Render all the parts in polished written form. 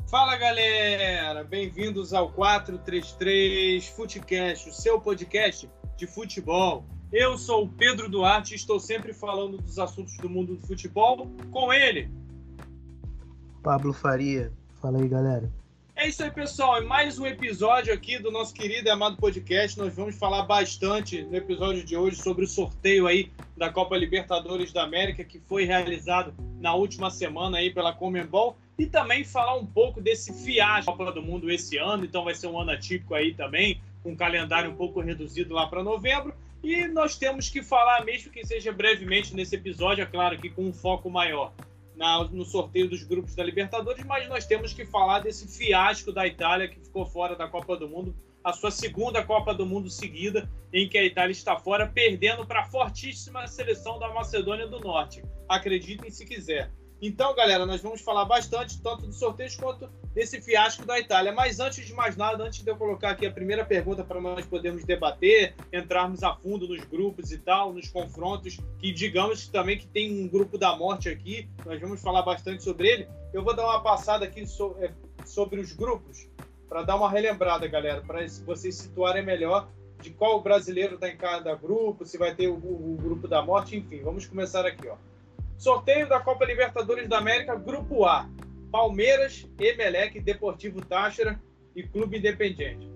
Fala galera, bem-vindos ao 433 Futecast, o seu podcast de futebol. Eu sou o Pedro Duarte e estou sempre falando dos assuntos do mundo do futebol com ele. Pablo Faria, fala aí galera. É isso aí pessoal, em mais um episódio aqui do nosso querido e amado podcast. Nós vamos falar bastante no episódio de hoje sobre o sorteio aí da Copa Libertadores da América que foi realizado na última semana aí pela Conmebol. E também falar um pouco desse fiasco da Copa do Mundo esse ano, então vai ser um ano atípico aí também, com um calendário um pouco reduzido lá para novembro. E nós temos que falar, mesmo que seja brevemente nesse episódio, é claro que com um foco maior no sorteio dos grupos da Libertadores, mas nós temos que falar desse fiasco da Itália que ficou fora da Copa do Mundo, a sua segunda Copa do Mundo seguida, em que a Itália está fora, perdendo para a fortíssima seleção da Macedônia do Norte. Acreditem se quiser. Então, galera, nós vamos falar bastante, tanto do sorteio quanto desse fiasco da Itália. Mas antes de mais nada, antes de eu colocar aqui a primeira pergunta para nós podermos debater, entrarmos a fundo nos grupos e tal, nos confrontos, que digamos também que tem um grupo da morte aqui, nós vamos falar bastante sobre ele. Eu vou dar uma passada aqui sobre os grupos, para dar uma relembrada, galera, para vocês situarem melhor de qual brasileiro está em cada grupo, se vai ter o grupo da morte, enfim. Vamos começar aqui, ó. Sorteio da Copa Libertadores da América, Grupo A. Palmeiras, Emelec, Deportivo Táchira e Clube Independiente.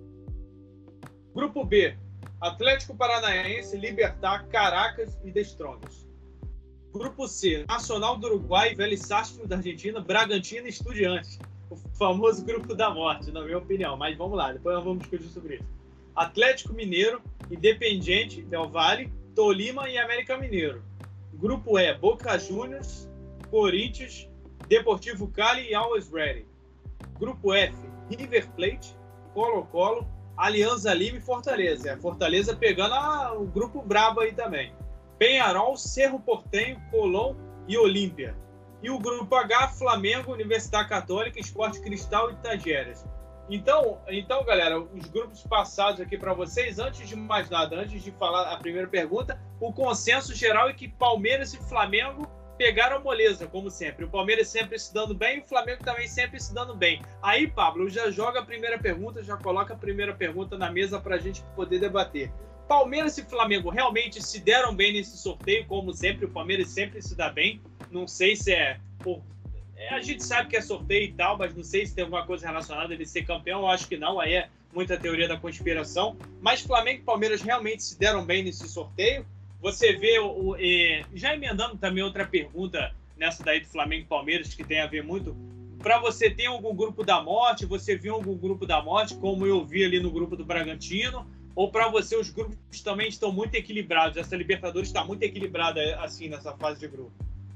Grupo B. Atlético Paranaense, Libertad, Caracas e The Strongest. Grupo C. Nacional do Uruguai, Vélez Sarsfield da Argentina, Bragantino e Estudiantes. O famoso grupo da morte, na minha opinião. Mas vamos lá, depois nós vamos discutir sobre isso. Atlético Mineiro, Independiente Del Valle, Tolima e América Mineiro. Grupo E, Boca Juniors, Corinthians, Deportivo Cali e Always Ready. Grupo F, River Plate, Colo-Colo, Alianza Lima e Fortaleza. A Fortaleza pegando o grupo brabo aí também. Peñarol, Cerro Porteño, Colón e Olímpia. E o grupo H, Flamengo, Universidade Católica, Sport Cristal e Tajeres. Então, galera, os grupos passados aqui para vocês, antes de mais nada, antes de falar a primeira pergunta, o consenso geral é que Palmeiras e Flamengo pegaram moleza, como sempre. O Palmeiras sempre se dando bem, o Flamengo também sempre se dando bem. Aí, Pablo, já joga a primeira pergunta, já coloca a primeira pergunta na mesa para a gente poder debater. Palmeiras e Flamengo realmente se deram bem nesse sorteio, como sempre, o Palmeiras sempre se dá bem. Não sei se a gente sabe que é sorteio e tal, mas não sei se tem alguma coisa relacionada a ele ser campeão. Eu acho que não, aí é muita teoria da conspiração. Mas Flamengo e Palmeiras realmente se deram bem nesse sorteio. Você vê, já emendando também outra pergunta nessa daí do Flamengo e Palmeiras, que tem a ver muito. Para você, tem algum grupo da morte? Você viu algum grupo da morte, como eu vi ali no grupo do Bragantino? Ou para você os grupos também estão muito equilibrados? Essa Libertadores está muito equilibrada assim nessa fase de grupo?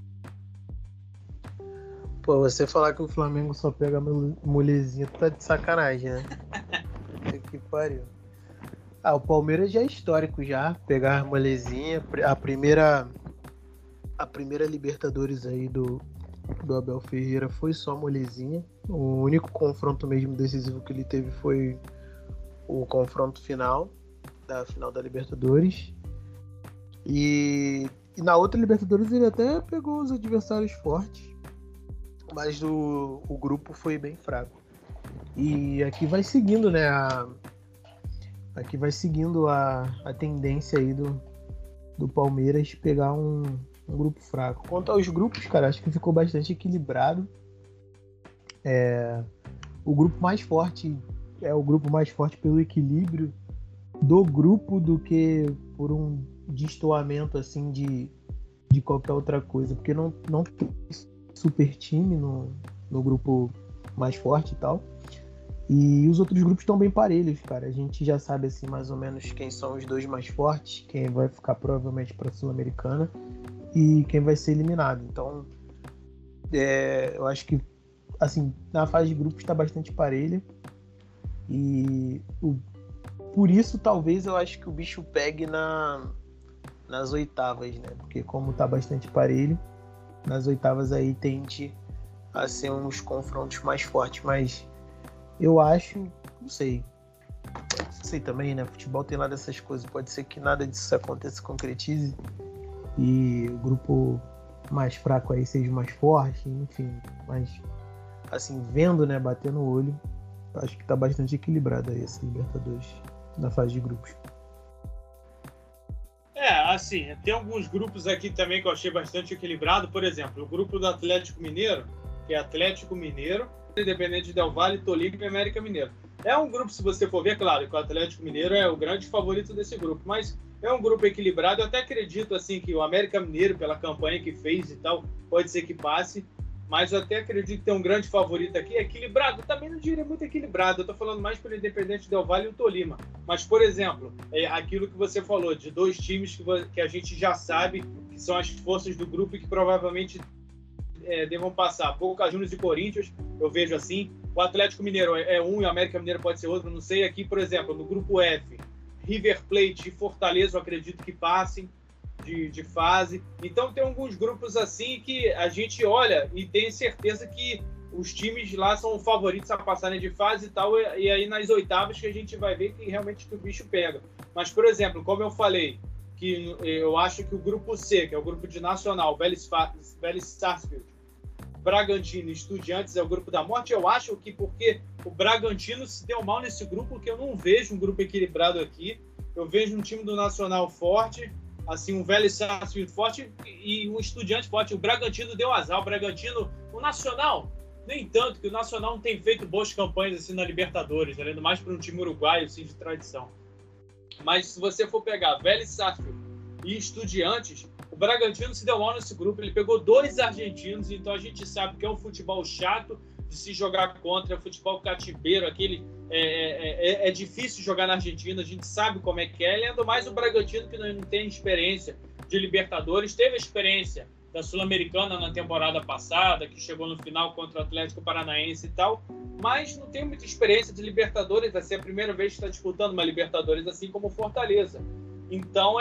Pô, você falar que o Flamengo só pega molezinha, tu tá de sacanagem, né? Que pariu. O Palmeiras já é histórico já, pegar molezinha. A primeira Libertadores aí do Abel Ferreira foi só molezinha. O único confronto mesmo decisivo que ele teve foi o confronto final da Libertadores. E na outra Libertadores ele até pegou os adversários fortes, mas o grupo foi bem fraco. E aqui vai seguindo, né? Aqui vai seguindo a tendência aí do Palmeiras pegar um grupo fraco. Quanto aos grupos, cara, acho que ficou bastante equilibrado. O grupo mais forte é o grupo mais forte pelo equilíbrio do grupo do que por um destoamento assim de qualquer outra coisa, porque não tem super time no grupo mais forte e tal. E os outros grupos estão bem parelhos, cara. A gente já sabe assim mais ou menos quem são os dois mais fortes, quem vai ficar provavelmente para a Sul-Americana e quem vai ser eliminado. Então, eu acho que assim, na fase de grupos está bastante parelha. E por isso, talvez, eu acho que o bicho pegue nas oitavas, né? Porque como tá bastante parelho, nas oitavas aí tende a ser uns confrontos mais fortes. Mas eu acho, não sei também, né? Futebol tem lá dessas coisas. Pode ser que nada disso aconteça, concretize e o grupo mais fraco aí seja mais forte, enfim. Mas assim, vendo, né, batendo o olho, acho que tá bastante equilibrada aí essa Libertadores na fase de grupos. Assim, tem alguns grupos aqui também que eu achei bastante equilibrado. Por exemplo, o grupo do Atlético Mineiro, que é Atlético Mineiro, Independente Del Valle, Tolima e América Mineiro. É um grupo, se você for ver, claro, que o Atlético Mineiro é o grande favorito desse grupo, mas é um grupo equilibrado. Eu até acredito, assim, que o América Mineiro, pela campanha que fez e tal, pode ser que passe, mas eu até acredito que tem um grande favorito aqui, equilibrado. Eu também não diria muito equilibrado, eu tô falando mais pelo Independente Del Valle e o Tolima. Mas, por exemplo, aquilo que você falou, de dois times que a gente já sabe que são as forças do grupo e que provavelmente devam passar. Boca Juniors e Corinthians, eu vejo assim. O Atlético Mineiro é um e o América Mineiro pode ser outro, não sei. Aqui, por exemplo, no grupo F, River Plate e Fortaleza, eu acredito que passem de fase. Então tem alguns grupos assim que a gente olha e tem certeza que os times lá são favoritos a passarem de fase e tal, e aí nas oitavas que a gente vai ver que realmente o bicho pega. Mas, por exemplo, como eu falei, que eu acho que o grupo C, que é o grupo de Nacional, Vélez Sarsfield, Bragantino e Estudiantes é o grupo da morte, eu acho que porque o Bragantino se deu mal nesse grupo, que eu não vejo um grupo equilibrado aqui. Eu vejo um time do Nacional forte, assim, um Vélez Sarsfield forte e um Estudiante forte. O Bragantino deu azar, o Nacional, nem tanto, que o Nacional não tem feito boas campanhas assim na Libertadores, além do mais para um time uruguaio assim, de tradição. Mas se você for pegar Vélez Sarsfield e Estudiantes, o Bragantino se deu mal nesse grupo, ele pegou 2 argentinos, então a gente sabe que é um futebol chato de se jogar contra, é um futebol cativeiro, aquele é difícil jogar na Argentina, a gente sabe como é que é, além do mais o Bragantino que não tem experiência de Libertadores, teve a experiência da Sul-Americana na temporada passada, que chegou no final contra o Atlético Paranaense e tal, mas não tem muita experiência de Libertadores, vai ser a primeira vez que está disputando uma Libertadores, assim como o Fortaleza. Então,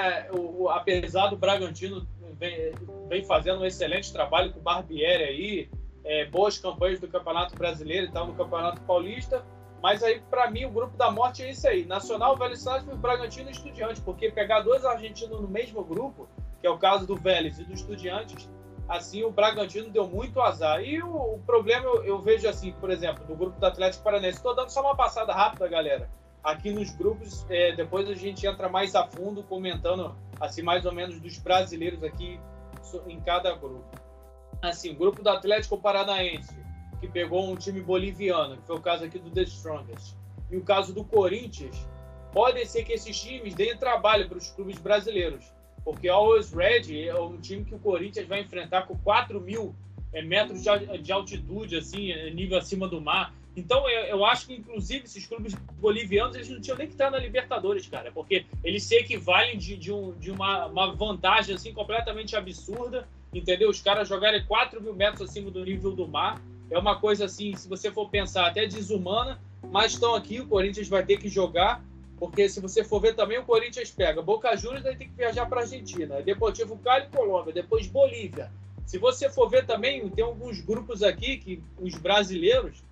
apesar do Bragantino vem fazendo um excelente trabalho com o Barbieri aí, boas campanhas do Campeonato Brasileiro e tal, no Campeonato Paulista, mas aí, para mim, o grupo da morte é isso aí, Nacional, Vélez Sarsfield, Bragantino e Estudiantes, porque pegar 2 argentinos no mesmo grupo, que é o caso do Vélez e do Estudiantes, assim, o Bragantino deu muito azar. E o problema, eu vejo assim, por exemplo, do grupo do Atlético Paranaense, estou dando só uma passada rápida, galera, aqui nos grupos, depois a gente entra mais a fundo, comentando, assim, mais ou menos dos brasileiros aqui em cada grupo. Assim, o grupo do Atlético Paranaense, que pegou um time boliviano, que foi o caso aqui do The Strongest, e o caso do Corinthians, pode ser que esses times deem trabalho para os clubes brasileiros, porque o Always Red é um time que o Corinthians vai enfrentar com 4.000 metros de altitude, assim, nível acima do mar. Então, eu acho que, inclusive, esses clubes bolivianos, eles não tinham nem que estar na Libertadores, cara, porque eles se equivalem de uma vantagem, assim, completamente absurda, entendeu? Os caras jogarem 4.000 metros acima do nível do mar, é uma coisa, assim, se você for pensar, até desumana, mas estão aqui, o Corinthians vai ter que jogar, porque se você for ver também, o Corinthians pega Boca Juniors, aí tem que viajar para a Argentina, Deportivo Cali, Colômbia, depois Bolívia. Se você for ver também, tem alguns grupos aqui, que os brasileiros,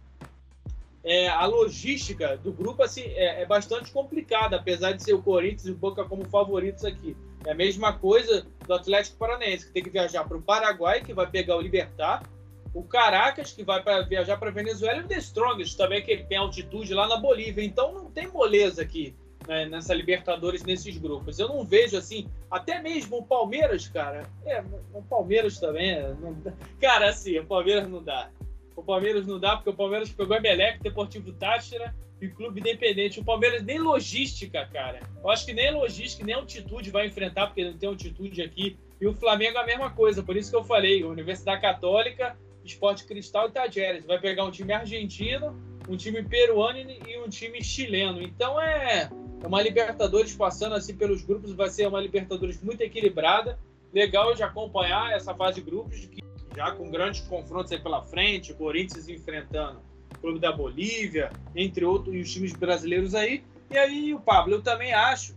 a logística do grupo assim, é bastante complicada, apesar de ser o Corinthians e o Boca como favoritos aqui. É a mesma coisa do Atlético Paranaense, que tem que viajar para o Paraguai, que vai pegar o Libertad, o Caracas, que vai viajar para a Venezuela, e o The Strongest também, que tem altitude lá na Bolívia. Então não tem moleza aqui, né, nessa Libertadores, nesses grupos. Eu não vejo assim, até mesmo o Palmeiras, cara, o Palmeiras também, cara, assim, o Palmeiras não dá. O Palmeiras não dá, porque o Palmeiras pegou Emelec, Deportivo Táchira e Clube Independente. O Palmeiras nem logística, cara. Eu acho que nem logística, nem altitude vai enfrentar, porque não tem altitude aqui. E o Flamengo é a mesma coisa. Por isso que eu falei, Universidade Católica, Sport Cristal e Tajeres. Vai pegar um time argentino, um time peruano e um time chileno. Então é uma Libertadores passando assim pelos grupos. Vai ser uma Libertadores muito equilibrada. Legal de acompanhar essa fase de grupos, que já com grandes confrontos aí pela frente, o Corinthians enfrentando o Clube da Bolívia, entre outros, e os times brasileiros aí. E aí, o Pablo, eu também acho,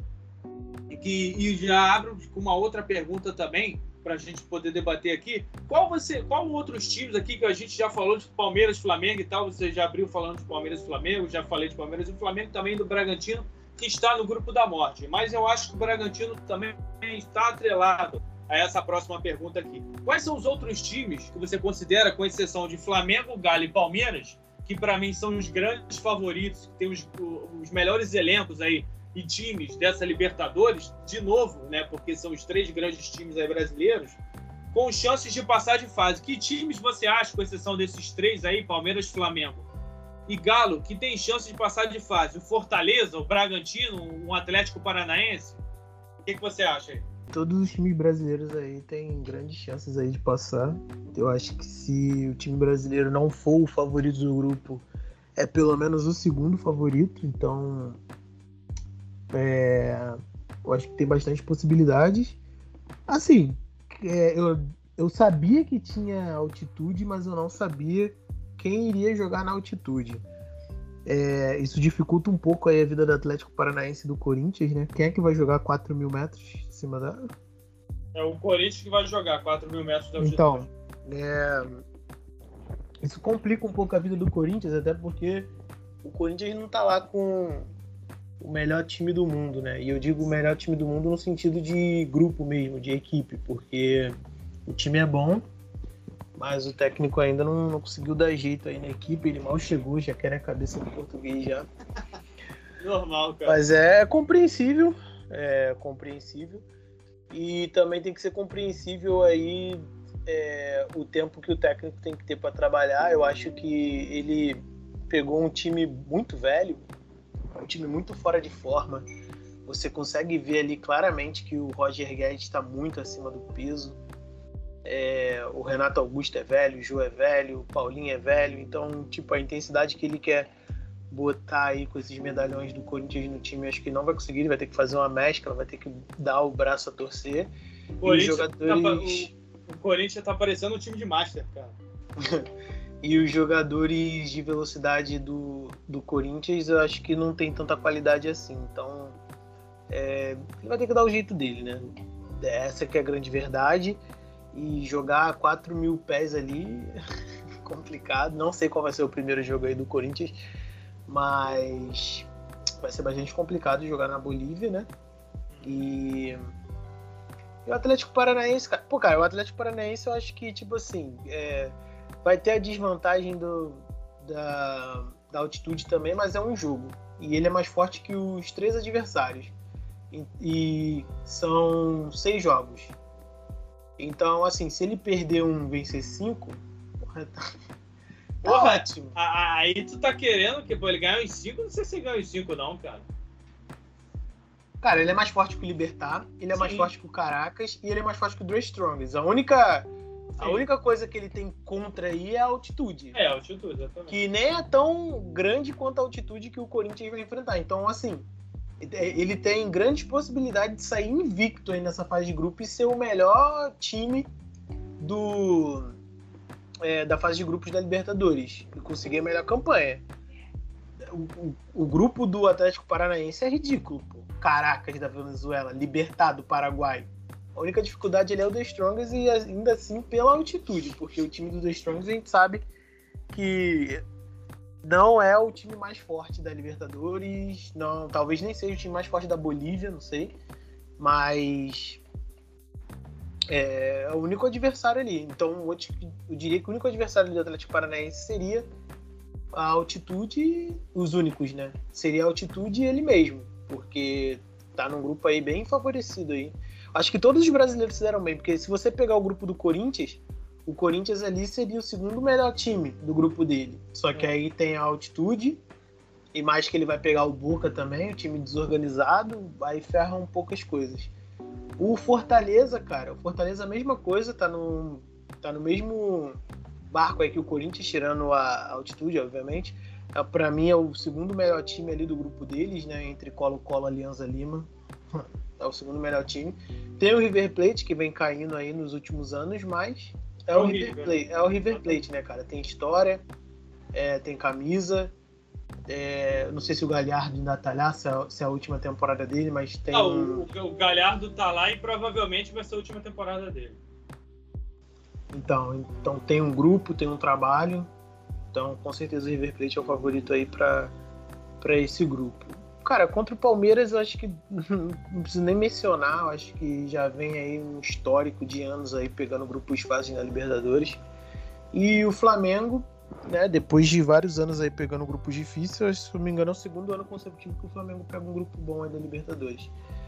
e já abro com uma outra pergunta também, para a gente poder debater aqui, qual outros times aqui que a gente já falou de Palmeiras, Flamengo e tal, você já abriu falando de Palmeiras e Flamengo, já falei de Palmeiras e Flamengo, também do Bragantino, que está no grupo da morte. Mas eu acho que o Bragantino também está atrelado a essa próxima pergunta aqui. Quais são os outros times que você considera, com exceção de Flamengo, Galo e Palmeiras, que para mim são os grandes favoritos, que tem os melhores elencos aí e times dessa Libertadores, de novo, né, porque são os 3 grandes times aí brasileiros, com chances de passar de fase? Que times você acha, com exceção desses 3 aí, Palmeiras, Flamengo e Galo, que tem chance de passar de fase? O Fortaleza, o Bragantino, um Atlético Paranaense? O que você acha aí? Todos os times brasileiros aí têm grandes chances aí de passar. Eu acho que se o time brasileiro não for o favorito do grupo, é pelo menos o segundo favorito. Então, eu acho que tem bastante possibilidades. Assim, eu sabia que tinha altitude, mas eu não sabia quem iria jogar na altitude. Isso dificulta um pouco aí a vida do Atlético Paranaense e do Corinthians, né? Quem é que vai jogar 4.000 metros em cima da... É o Corinthians que vai jogar 4.000 metros da altitude. Então, isso complica um pouco a vida do Corinthians, até porque o Corinthians não tá lá com o melhor time do mundo, né? E eu digo o melhor time do mundo no sentido de grupo mesmo, de equipe, porque o time é bom, mas o técnico ainda não conseguiu dar jeito aí na equipe, ele mal chegou, já quer a cabeça do português já. Normal, cara. Mas é compreensível, e também tem que ser compreensível aí o tempo que o técnico tem que ter para trabalhar. Eu acho que ele pegou um time muito velho, um time muito fora de forma. Você consegue ver ali claramente que o Roger Guedes está muito acima do peso. O Renato Augusto é velho, o Jô é velho, o Paulinho é velho, então tipo, a intensidade que ele quer botar aí com esses medalhões do Corinthians no time, acho que não vai conseguir, ele vai ter que fazer uma mescla, vai ter que dar o braço a torcer. O Corinthians tá parecendo um time de Master, cara. E os jogadores de velocidade do Corinthians, eu acho que não tem tanta qualidade assim, então ele vai ter que dar o jeito dele, né? Essa que é a grande verdade. E jogar 4.000 pés ali, complicado. Não sei qual vai ser o primeiro jogo aí do Corinthians, mas vai ser bastante complicado jogar na Bolívia, né? E o Atlético Paranaense, cara, o Atlético Paranaense eu acho que, tipo assim, vai ter a desvantagem da altitude também, mas é um jogo. E ele é mais forte que os 3 adversários. E são 6 jogos. Então, assim, se ele perder um, vencer 5, tá ótimo. Aí tu tá querendo que ele ganhe os 5? Não sei se ele ganha os 5 não, cara. Cara, ele é mais forte que o Libertad, ele é mais forte que o Caracas e ele é mais forte que o The Strongest. A única coisa que ele tem contra aí é a altitude. A altitude, exatamente. Que nem é tão grande quanto a altitude que o Corinthians vai enfrentar. Então, assim, ele tem grandes possibilidades de sair invicto aí nessa fase de grupo e ser o melhor time da fase de grupos da Libertadores e conseguir a melhor campanha. O grupo do Atlético Paranaense é ridículo, pô. Caracas da Venezuela, Libertad do Paraguai. A única dificuldade ali é o The Strongest e ainda assim pela altitude, porque o time do The Strongest a gente sabe que não é o time mais forte da Libertadores, não, talvez nem seja o time mais forte da Bolívia, não sei, mas é o único adversário ali. Então eu diria que o único adversário do Atlético Paranaense seria a altitude, os únicos, né? Seria a altitude e ele mesmo, porque tá num grupo aí bem favorecido aí. Acho que todos os brasileiros se deram bem, porque se você pegar o grupo do Corinthians, o Corinthians ali seria o segundo melhor time do grupo dele. Só que aí tem a altitude, e mais que ele vai pegar o Boca também, o time desorganizado, aí ferra um pouco as coisas. O Fortaleza, cara, a mesma coisa, tá no mesmo barco aí que o Corinthians, tirando a altitude, obviamente. Pra mim é o segundo melhor time ali do grupo deles, né? Entre Colo-Colo e Alianza Lima. É o segundo melhor time. Tem o River Plate, que vem caindo aí nos últimos anos, mas é o River Plate, né, cara? Tem história, tem camisa. Não sei se o Galhardo ainda tá lá, se é a última temporada dele, mas tem... O Galhardo tá lá e provavelmente vai ser a última temporada dele. Então tem um grupo, tem um trabalho. Então, com certeza, o River Plate é o favorito aí para esse grupo. Cara, contra o Palmeiras eu acho que não preciso nem mencionar, eu acho que já vem aí um histórico de anos aí pegando grupos fáceis na Libertadores. E o Flamengo, né, depois de vários anos aí pegando grupos difíceis, se não me engano é o segundo ano consecutivo que o Flamengo pega um grupo bom aí da Libertadores.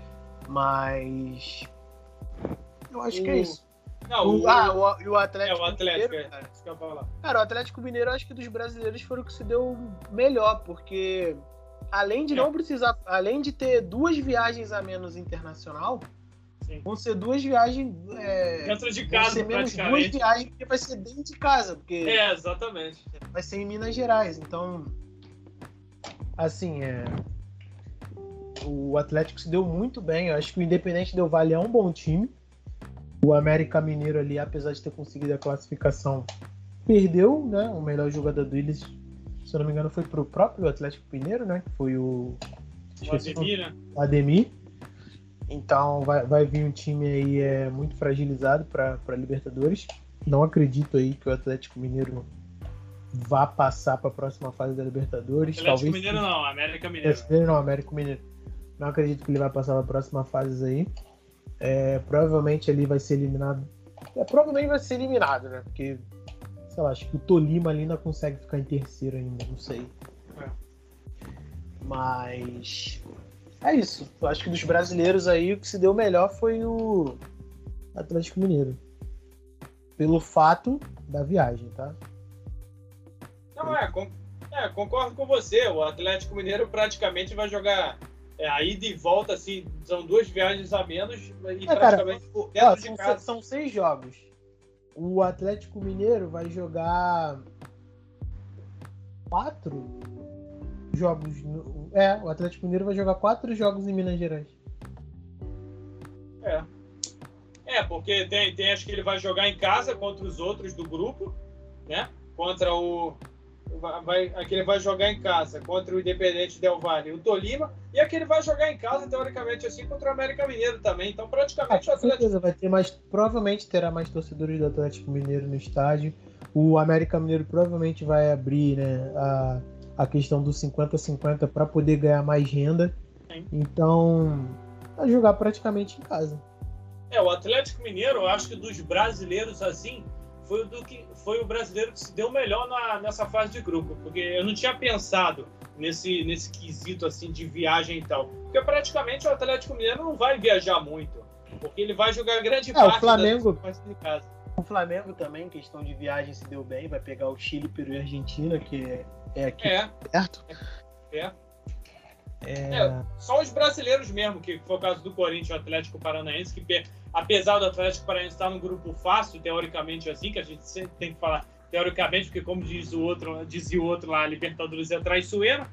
Mas eu acho que é isso. Não, e o Atlético. O Atlético, Mineiro, cara. Isso que eu ia falar. Cara, o Atlético Mineiro, eu acho que dos brasileiros foi o que se deu melhor, porque além de não precisar, além de ter 2 viagens a menos internacional, Sim. vão ser 2 viagens dentro de casa, vão ser menos 2 viagens, porque vai ser dentro de casa, porque exatamente. vai ser em Minas Gerais, então assim, o Atlético se deu muito bem. Eu acho que o Independente Del Valle é um bom time. O América Mineiro ali, apesar de ter conseguido a classificação, perdeu, né? O melhor jogador deles, se eu não me engano, foi pro próprio Atlético Mineiro, né? Que foi o Ademir, né? Ademir. Então vai vir um time aí muito fragilizado para Libertadores. Não acredito aí que o Atlético Mineiro vá passar para a próxima fase da Libertadores. Atlético Mineiro não, América Mineiro. Atlético Mineiro não, América Mineiro. Não acredito que ele vai passar para a próxima fase aí. Provavelmente ele vai ser eliminado. Provavelmente vai ser eliminado, né? Porque, sei lá, acho que o Tolima ali ainda consegue ficar em terceiro ainda, não sei. Mas é isso. Eu acho que dos brasileiros aí o que se deu melhor foi o Atlético Mineiro. Pelo fato da viagem, tá? Não, concordo com você. O Atlético Mineiro praticamente vai jogar a ida e volta, assim, são 2 viagens a menos e praticamente dentro de casa. São 6 jogos. O Atlético Mineiro vai jogar 4 jogos. O Atlético Mineiro vai jogar 4 jogos em Minas Gerais. Porque tem acho que ele vai jogar em casa contra os outros do grupo, né? Contra o... Aqui ele vai jogar em casa contra o Independente Del Valle e o Tolima, e aqui ele vai jogar em casa, teoricamente, assim, contra o América Mineiro também. Então, praticamente, o Atlético... vai ter mais, provavelmente terá mais torcedores do Atlético Mineiro no estádio. O América Mineiro provavelmente vai abrir, né, a questão dos 50-50 para poder ganhar mais renda. Sim. Então, vai jogar praticamente em casa. O Atlético Mineiro, eu acho que dos brasileiros, assim, foi o brasileiro que se deu melhor nessa fase de grupo, porque eu não tinha pensado nesse quesito assim de viagem e tal, porque praticamente o Atlético Mineiro não vai viajar muito, porque ele vai jogar grande parte o Flamengo de casa. O Flamengo também, questão de viagem, se deu bem, vai pegar o Chile, Peru e Argentina, que é aqui perto. Só os brasileiros mesmo, que foi o caso do Corinthians e o Atlético Paranaense, que apesar do Atlético Paranaense estar num grupo fácil, teoricamente assim, que a gente sempre tem que falar teoricamente, porque como dizia o outro lá, a Libertadores é traiçoeiro,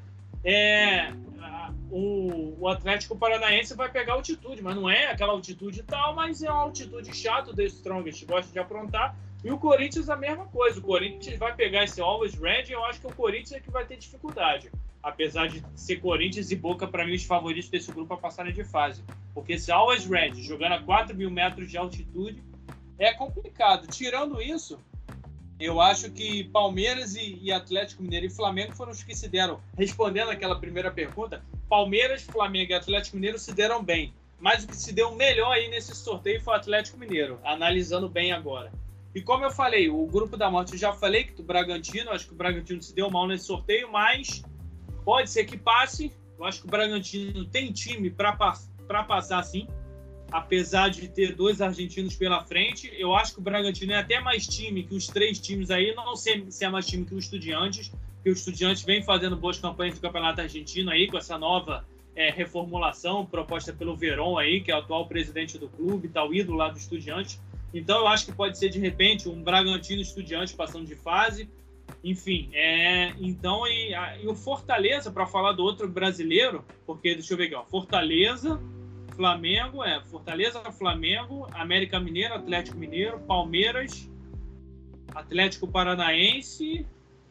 o Atlético Paranaense vai pegar altitude, mas não é aquela altitude tal, mas é uma altitude chata, The Strongest gosta de aprontar. E o Corinthians a mesma coisa, o Corinthians vai pegar esse Always Red, e eu acho que o Corinthians é que vai ter dificuldade. Apesar de ser Corinthians e Boca, para mim, os favoritos desse grupo a passarem de fase. Porque esse Always Red, jogando a 4.000 metros de altitude, é complicado. Tirando isso, eu acho que Palmeiras e Atlético Mineiro e Flamengo foram os que se deram. Respondendo aquela primeira pergunta, Palmeiras, Flamengo e Atlético Mineiro se deram bem. Mas o que se deu melhor aí nesse sorteio foi o Atlético Mineiro, analisando bem agora. E como eu falei, o grupo da morte, eu já falei que o Bragantino, acho que o Bragantino se deu mal nesse sorteio, mas... pode ser que passe. Eu acho que o Bragantino tem time para passar, sim. Apesar de ter 2 argentinos pela frente. Eu acho que o Bragantino é até mais time que os 3 times aí. Não sei se é mais time que o Estudiantes. Porque o Estudiantes vem fazendo boas campanhas no Campeonato Argentino aí, com essa nova reformulação proposta pelo Verón aí, que é o atual presidente do clube, tá o ídolo lá do Estudiantes. Então eu acho que pode ser, de repente, um Bragantino Estudiantes passando de fase. Enfim, então, e o Fortaleza, para falar do outro brasileiro, porque, deixa eu ver aqui, ó, Fortaleza, Flamengo, América Mineiro, Atlético Mineiro, Palmeiras, Atlético Paranaense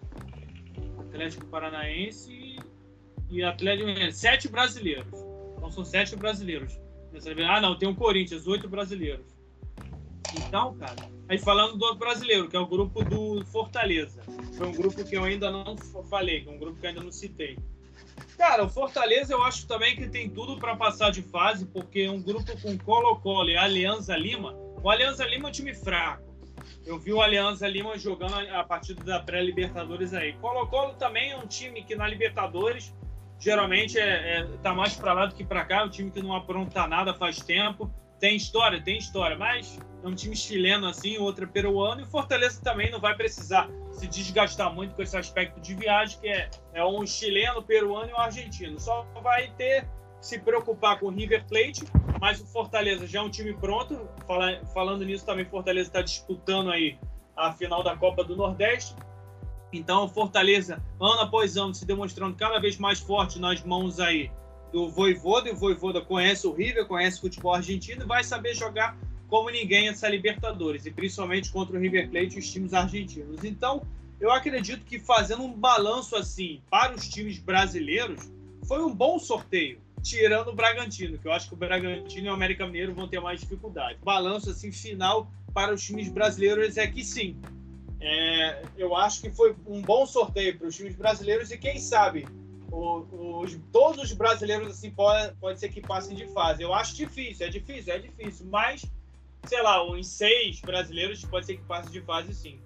e Atlético Mineiro. 7 brasileiros. Então, são 7 brasileiros. Não, tem o Corinthians, 8 brasileiros. Então, cara, aí falando do outro brasileiro, que é o grupo do Fortaleza. Foi um grupo que eu ainda não falei, que é um grupo que eu ainda não citei. Cara, o Fortaleza eu acho também que tem tudo para passar de fase, porque um grupo com Colo-Colo e Alianza Lima, o Alianza Lima é um time fraco. Eu vi o Alianza Lima jogando a partida da pré-Libertadores aí. Colo-Colo também é um time que na Libertadores geralmente tá mais para lá do que para cá, é um time que não apronta nada faz tempo. Tem história, mas é um time chileno assim, outro é peruano, e o Fortaleza também não vai precisar se desgastar muito com esse aspecto de viagem, que é um chileno, peruano e um argentino. Só vai ter que se preocupar com o River Plate, mas o Fortaleza já é um time pronto. Falando nisso também, o Fortaleza está disputando aí a final da Copa do Nordeste. Então, o Fortaleza, ano após ano, se demonstrando cada vez mais forte nas mãos aí do Vojvoda, e o Vojvoda conhece o River, conhece o futebol argentino e vai saber jogar como ninguém essa Libertadores, e principalmente contra o River Plate e os times argentinos. Então, eu acredito que fazendo um balanço assim para os times brasileiros, foi um bom sorteio, tirando o Bragantino, que eu acho que o Bragantino e o América Mineiro vão ter mais dificuldade. Balanço assim final para os times brasileiros é que sim, eu acho que foi um bom sorteio para os times brasileiros, e quem sabe todos os brasileiros assim pode ser que passem de fase. Eu acho difícil, é difícil, mas sei lá, uns 6 brasileiros pode ser que passem de fase sim.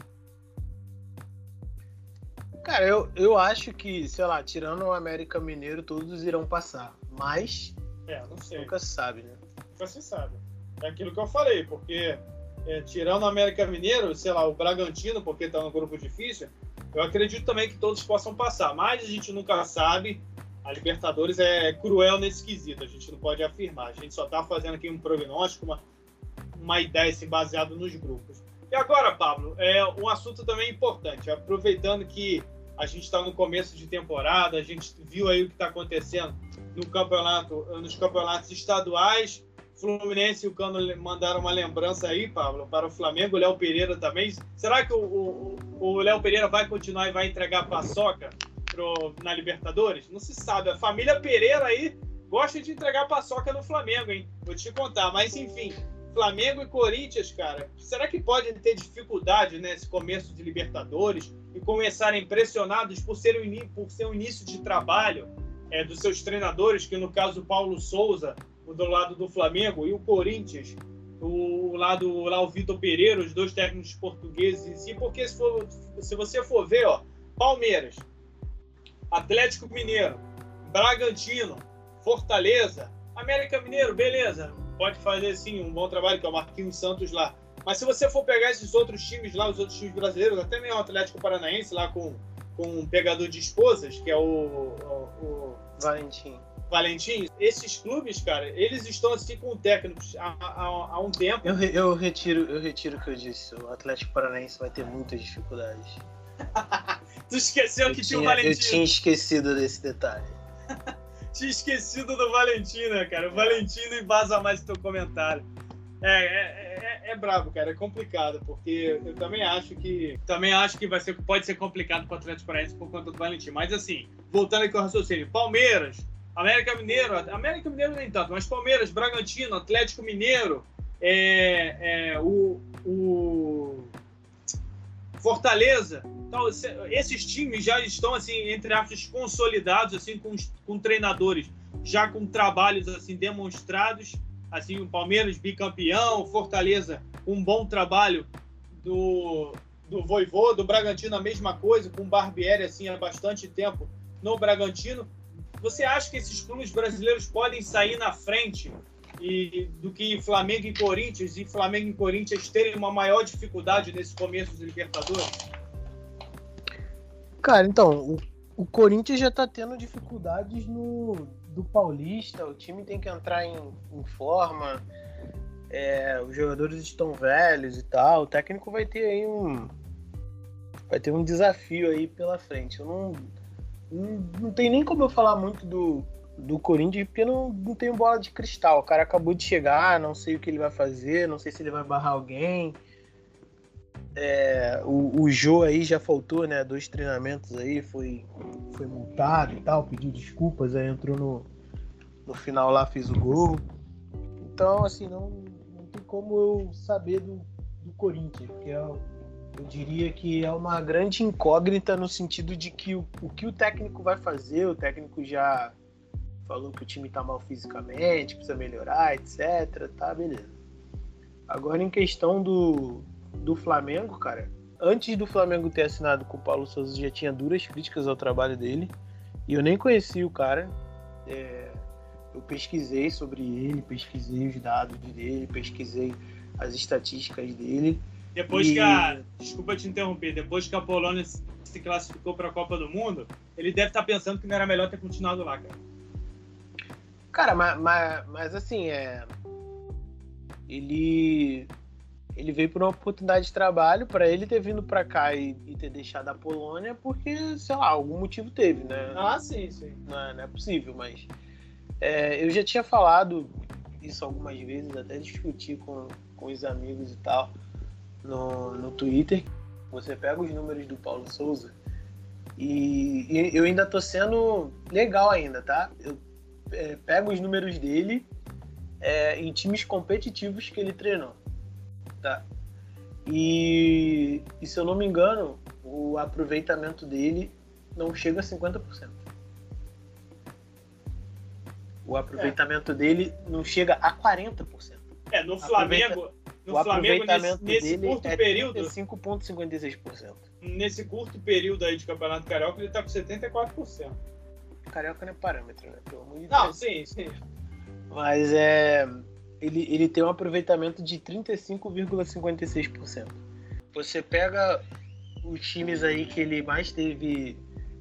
Cara, eu acho que, sei lá, tirando o América Mineiro, todos irão passar, mas não sei. Nunca se sabe, né? Nunca se sabe. É aquilo que eu falei, porque tirando o América Mineiro, sei lá, o Bragantino, porque tá no grupo difícil, eu acredito também que todos possam passar, mas a gente nunca sabe. A Libertadores é cruel nesse quesito, a gente não pode afirmar. A gente só tá fazendo aqui um prognóstico, uma ideia assim, baseada nos grupos. E agora, Pablo, um assunto também importante, aproveitando que a gente está no começo de temporada, a gente viu aí o que está acontecendo nos campeonatos estaduais. Fluminense e o Cano mandaram uma lembrança aí, Pablo, para o Flamengo, o Léo Pereira também. Será que o Léo Pereira vai continuar e vai entregar a paçoca na Libertadores? Não se sabe. A família Pereira aí gosta de entregar a paçoca no Flamengo, hein? Vou te contar. Mas, enfim, Flamengo e Corinthians, cara, será que pode ter dificuldade nesse começo de Libertadores e começarem pressionados por ser um início de trabalho dos seus treinadores, que no caso o Paulo Souza, do lado do Flamengo, e o Corinthians, o Vitor Pereira, os dois técnicos portugueses em si, porque se você for ver, Palmeiras, Atlético Mineiro, Bragantino, Fortaleza, América Mineiro, beleza, pode fazer sim um bom trabalho, que é o Marquinhos Santos lá. Mas se você for pegar esses outros times lá, os outros times brasileiros, até mesmo o Atlético Paranaense lá com um pegador de esposas, que é o Valentim, esses clubes, cara, eles estão assim com técnicos há um tempo. Eu retiro o que eu disse. O Atlético Paranaense vai ter muitas dificuldades. Tu esqueceu que tinha o Valentim? Eu tinha esquecido desse detalhe. Tinha esquecido do Valentim, né, cara? O Valentim não embasa mais o teu comentário. É brabo, cara, é complicado, porque eu também acho que pode ser complicado para o Atlético Paranaense por conta do Valentim. Mas assim, voltando aqui ao raciocínio, Palmeiras, América Mineiro nem tanto, mas Palmeiras, Bragantino, Atlético Mineiro, o Fortaleza. Então, esses times já estão, assim, entre aspas, consolidados, assim, com treinadores já com trabalhos assim demonstrados. Assim, o Palmeiras bicampeão, o Fortaleza um bom trabalho do Vojvoda, do Bragantino a mesma coisa, com o Barbieri assim, há bastante tempo no Bragantino. Você acha que esses clubes brasileiros podem sair na frente do que Flamengo e Corinthians, e Flamengo e Corinthians terem uma maior dificuldade nesse começo de Libertadores? Cara, então, o Corinthians já tá tendo dificuldades do Paulista, o time tem que entrar em forma, os jogadores estão velhos e tal, o técnico vai ter aí um desafio aí pela frente. Eu não tem nem como eu falar muito do Corinthians, porque não tenho bola de cristal. O cara acabou de chegar, não sei o que ele vai fazer, não sei se ele vai barrar alguém. O Jô aí já faltou, né? 2 treinamentos aí, foi multado e tal, pediu desculpas, aí entrou no final lá, fez o gol. Então, assim, não tem como eu saber do Corinthians, porque Eu diria que é uma grande incógnita no sentido de que o que o técnico vai fazer, o técnico já falou que o time tá mal fisicamente, precisa melhorar, etc. Tá, beleza. Agora, em questão do Flamengo, cara, antes do Flamengo ter assinado com o Paulo Sousa, já tinha duras críticas ao trabalho dele, e eu nem conhecia o cara. Eu pesquisei sobre ele, pesquisei os dados dele, pesquisei as estatísticas dele. Depois desculpa te interromper, depois que a Polônia se classificou para a Copa do Mundo, ele deve estar pensando que não era melhor ter continuado lá, cara. Cara, mas assim, ele veio por uma oportunidade de trabalho. Para ele ter vindo para cá e ter deixado a Polônia, porque, sei lá, algum motivo teve, né? Ah, sim. Não é possível, mas eu já tinha falado isso algumas vezes, até discuti com os amigos e tal, no Twitter. Você pega os números do Paulo Sousa e eu ainda tô sendo legal ainda, tá? Eu pego os números dele em times competitivos que ele treinou, tá? E se eu não me engano, o aproveitamento dele não chega a 50%. O aproveitamento dele não chega a 40%. No Flamengo, nesse curto período, 35,56%. Nesse curto período aí de Campeonato Carioca, ele tá com 74%. Carioca não é parâmetro, né? Pelo amor de Deus. Não, sim. Mas ele tem um aproveitamento de 35,56%. Você pega os times aí que ele mais teve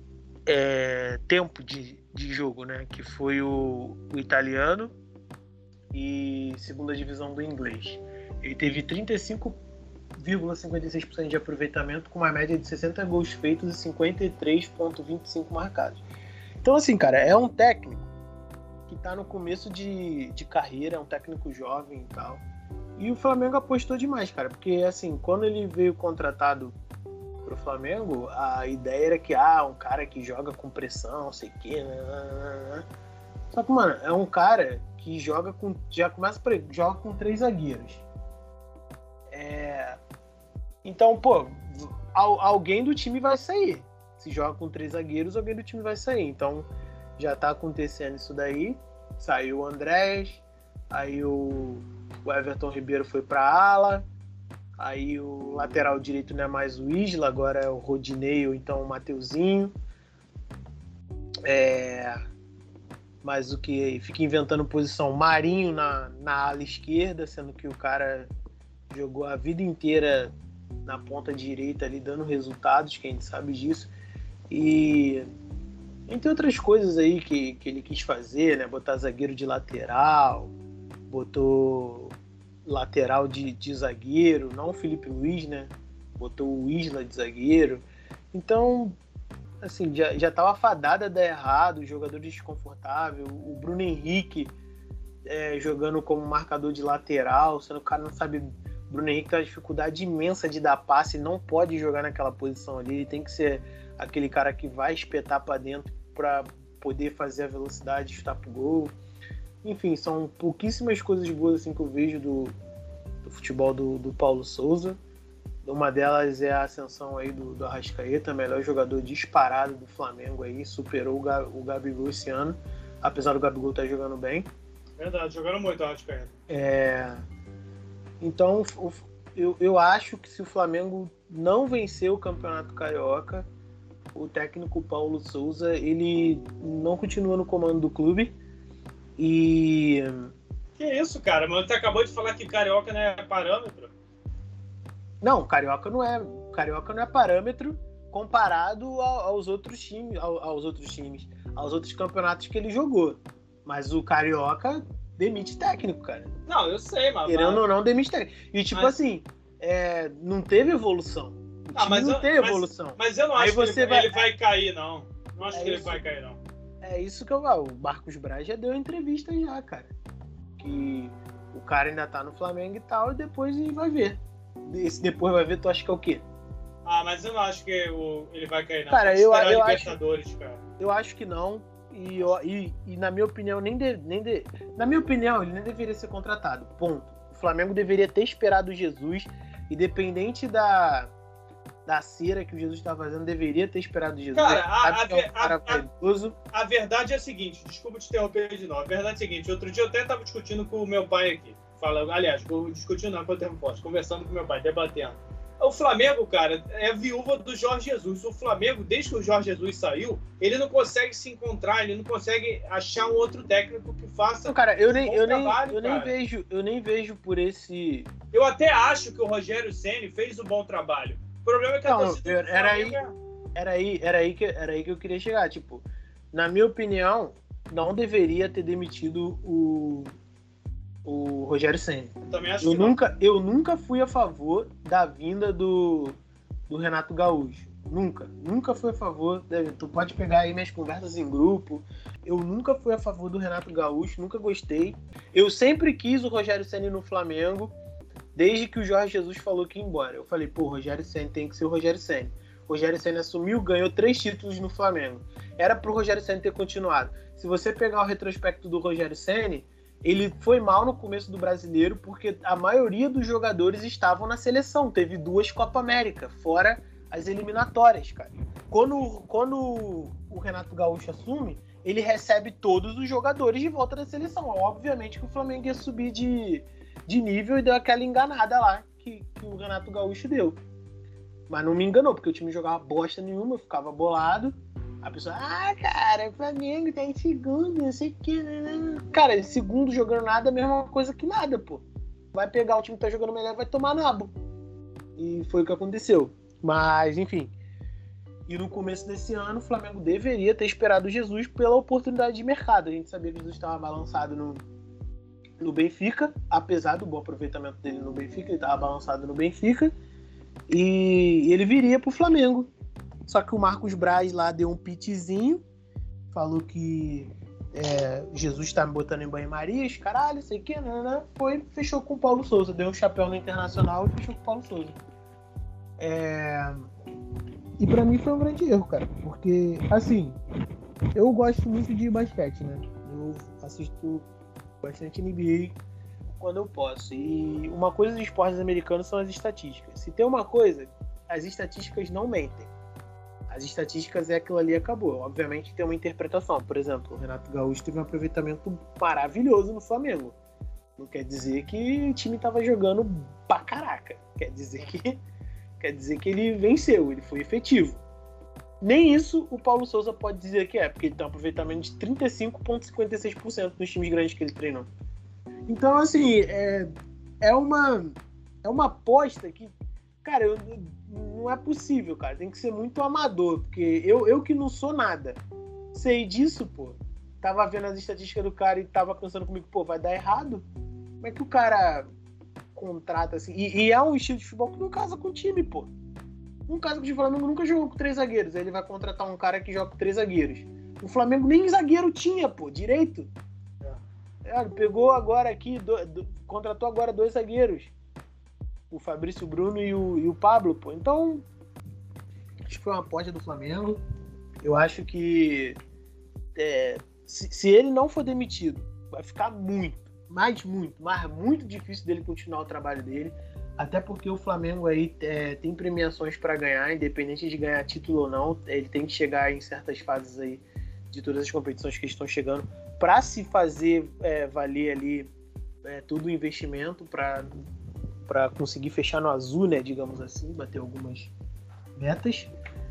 tempo de jogo, né? Que foi o italiano e segunda divisão do inglês. Ele teve 35,56% de aproveitamento, com uma média de 60 gols feitos e 53,25 marcados. Então, assim, cara, é um técnico que tá no começo de carreira, é um técnico jovem e tal. E o Flamengo apostou demais, cara, porque, assim, quando ele veio contratado pro Flamengo, a ideia era que, um cara que joga com pressão, não sei o quê, Só que, mano, é um cara que joga com 3 zagueiros. Então, pô, alguém do time vai sair. Se joga com 3 zagueiros, alguém do time vai sair. Então, já tá acontecendo isso daí. Saiu o Andrés, aí o Everton Ribeiro foi pra ala, aí o lateral direito não é mais o Isla, agora é o Rodinei ou então o Mateuzinho. Mas o que fica inventando posição Marinho na ala esquerda, sendo que o cara jogou a vida inteira na ponta direita ali, dando resultados, que a gente sabe disso. E entre outras coisas aí que ele quis fazer, né? Botar zagueiro de lateral, botou lateral de zagueiro, não o Felipe Luiz, né? Botou o Isla de zagueiro. Então, assim, já tava fadada a dar errado, o jogador desconfortável, o Bruno Henrique jogando como marcador de lateral, sendo que o cara não sabe. O Bruno Henrique tem uma dificuldade imensa de dar passe, não pode jogar naquela posição ali, ele tem que ser aquele cara que vai espetar para dentro para poder fazer a velocidade e chutar pro gol. Enfim, são pouquíssimas coisas boas assim que eu vejo do futebol do Paulo Sousa. Uma delas é a ascensão aí do Arrascaeta, melhor jogador disparado do Flamengo aí, superou o Gabigol esse ano, apesar do Gabigol estar jogando bem. Verdade, jogando muito o Arrascaeta. Então, eu acho que se o Flamengo não vencer o Campeonato Carioca, o técnico Paulo Sousa, ele não continua no comando do clube. E... Que isso, cara? Mas você acabou de falar que Carioca não é parâmetro? Não, Carioca não é parâmetro comparado aos outros times, aos outros campeonatos que ele jogou. Mas o Carioca demite técnico, cara. Não, eu sei, mas... Querendo ou não, demite técnico. E tipo assim, não teve evolução. Não teve evolução. Mas eu não acho que ele vai cair, não. Não acho que ele vai cair, não. É isso que o Marcos Braz já deu entrevista já, cara. Que o cara ainda tá no Flamengo e tal, e depois ele vai ver. Esse depois vai ver, tu acha que é o quê? Mas eu não acho que ele vai cair, não. Cara, eu acho que não. E na minha opinião, na minha opinião, ele nem deveria ser contratado. Ponto. O Flamengo deveria ter esperado o Jesus, independente da da cera que o Jesus estava fazendo, deveria ter esperado Jesus. Cara, a verdade é a seguinte, desculpa te interromper de novo, a verdade é a seguinte, outro dia eu até estava discutindo com o meu pai aqui, discutindo não, conversando com meu pai, debatendo. O Flamengo, cara, é viúva do Jorge Jesus. O Flamengo, desde que o Jorge Jesus saiu, ele não consegue se encontrar, ele não consegue achar um outro técnico que faça não, cara, eu nem vejo por esse... Eu até acho que o Rogério Ceni fez um bom trabalho. O problema é que a torcida do Flamengo... Era aí que eu queria chegar. Tipo, na minha opinião, não deveria ter demitido o Rogério Ceni. Eu nunca fui a favor da vinda do Renato Gaúcho. Nunca fui a favor. Tu pode pegar aí minhas conversas em grupo. Eu nunca fui a favor do Renato Gaúcho, nunca gostei. Eu sempre quis o Rogério Ceni no Flamengo, desde que o Jorge Jesus falou que ia embora. Eu falei, pô, o Rogério Ceni tem que ser o Rogério Ceni. O Rogério Ceni assumiu, ganhou 3 títulos no Flamengo. Era pro Rogério Ceni ter continuado. Se você pegar o retrospecto do Rogério Ceni, ele foi mal no começo do Brasileiro porque a maioria dos jogadores estavam na seleção. Teve 2 Copa América, fora as eliminatórias, cara. Quando o Renato Gaúcho assume, ele recebe todos os jogadores de volta da seleção. Obviamente que o Flamengo ia subir de nível e deu aquela enganada lá que o Renato Gaúcho deu. Mas não me enganou, porque o time jogava bosta nenhuma, eu ficava bolado. A pessoa, cara, o Flamengo tá em segundo, não sei o que. Cara, em segundo jogando nada é a mesma coisa que nada, pô. Vai pegar o time que tá jogando melhor e vai tomar nabo. E foi o que aconteceu. Mas, enfim. E no começo desse ano, o Flamengo deveria ter esperado o Jesus pela oportunidade de mercado. A gente sabia que o Jesus estava balançado no Benfica, apesar do bom aproveitamento dele no Benfica, ele estava balançado no Benfica. E ele viria pro Flamengo. Só que o Marcos Braz lá deu um pitizinho, falou que Jesus tá me botando em banho-marias, caralho, sei o que, fechou com o Paulo Souza, deu um chapéu no Internacional e fechou com o Paulo Souza. E pra mim foi um grande erro, cara, porque, assim, eu gosto muito de basquete, né? Eu assisto bastante NBA quando eu posso. E uma coisa dos esportes americanos são as estatísticas. Se tem uma coisa, as estatísticas não mentem. As estatísticas é aquilo ali e acabou. Obviamente tem uma interpretação. Por exemplo, o Renato Gaúcho teve um aproveitamento maravilhoso no Flamengo. Não quer dizer que o time estava jogando pra caraca. Quer dizer que ele venceu, ele foi efetivo. Nem isso o Paulo Souza pode dizer que porque ele tem um aproveitamento de 35,56% nos times grandes que ele treinou. Então, assim, é uma aposta que, cara, não é possível, cara. Tem que ser muito amador, porque eu que não sou nada, sei disso, pô. Tava vendo as estatísticas do cara e tava pensando comigo, pô, vai dar errado? Como é que o cara contrata assim? E é um estilo de futebol que não casa com o time, pô. Um caso que o Flamengo nunca jogou com 3 zagueiros. Aí ele vai contratar um cara que joga com 3 zagueiros. O Flamengo nem zagueiro tinha, pô, direito. Pegou agora aqui, contratou agora 2 zagueiros. O Fabrício Bruno e o Pablo, pô. Então, acho que foi uma aposta do Flamengo. Eu acho que se ele não for demitido, vai ficar muito difícil dele continuar o trabalho dele. Até porque o Flamengo aí tem premiações para ganhar, independente de ganhar título ou não. Ele tem que chegar em certas fases aí de todas as competições que estão chegando para se fazer valer ali todo o investimento para conseguir fechar no azul, né, digamos assim, bater algumas metas.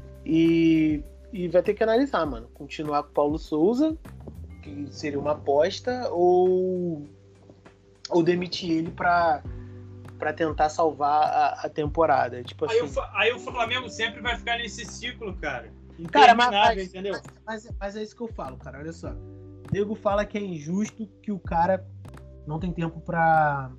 E vai ter que analisar, mano. Continuar com o Paulo Souza, que seria uma aposta, ou demitir ele para tentar salvar a temporada. Tipo assim, aí o Flamengo sempre vai ficar nesse ciclo, cara. Cara, entendeu? Mas é isso que eu falo, cara. Olha só. O nego fala que é injusto que o cara não tem tempo pra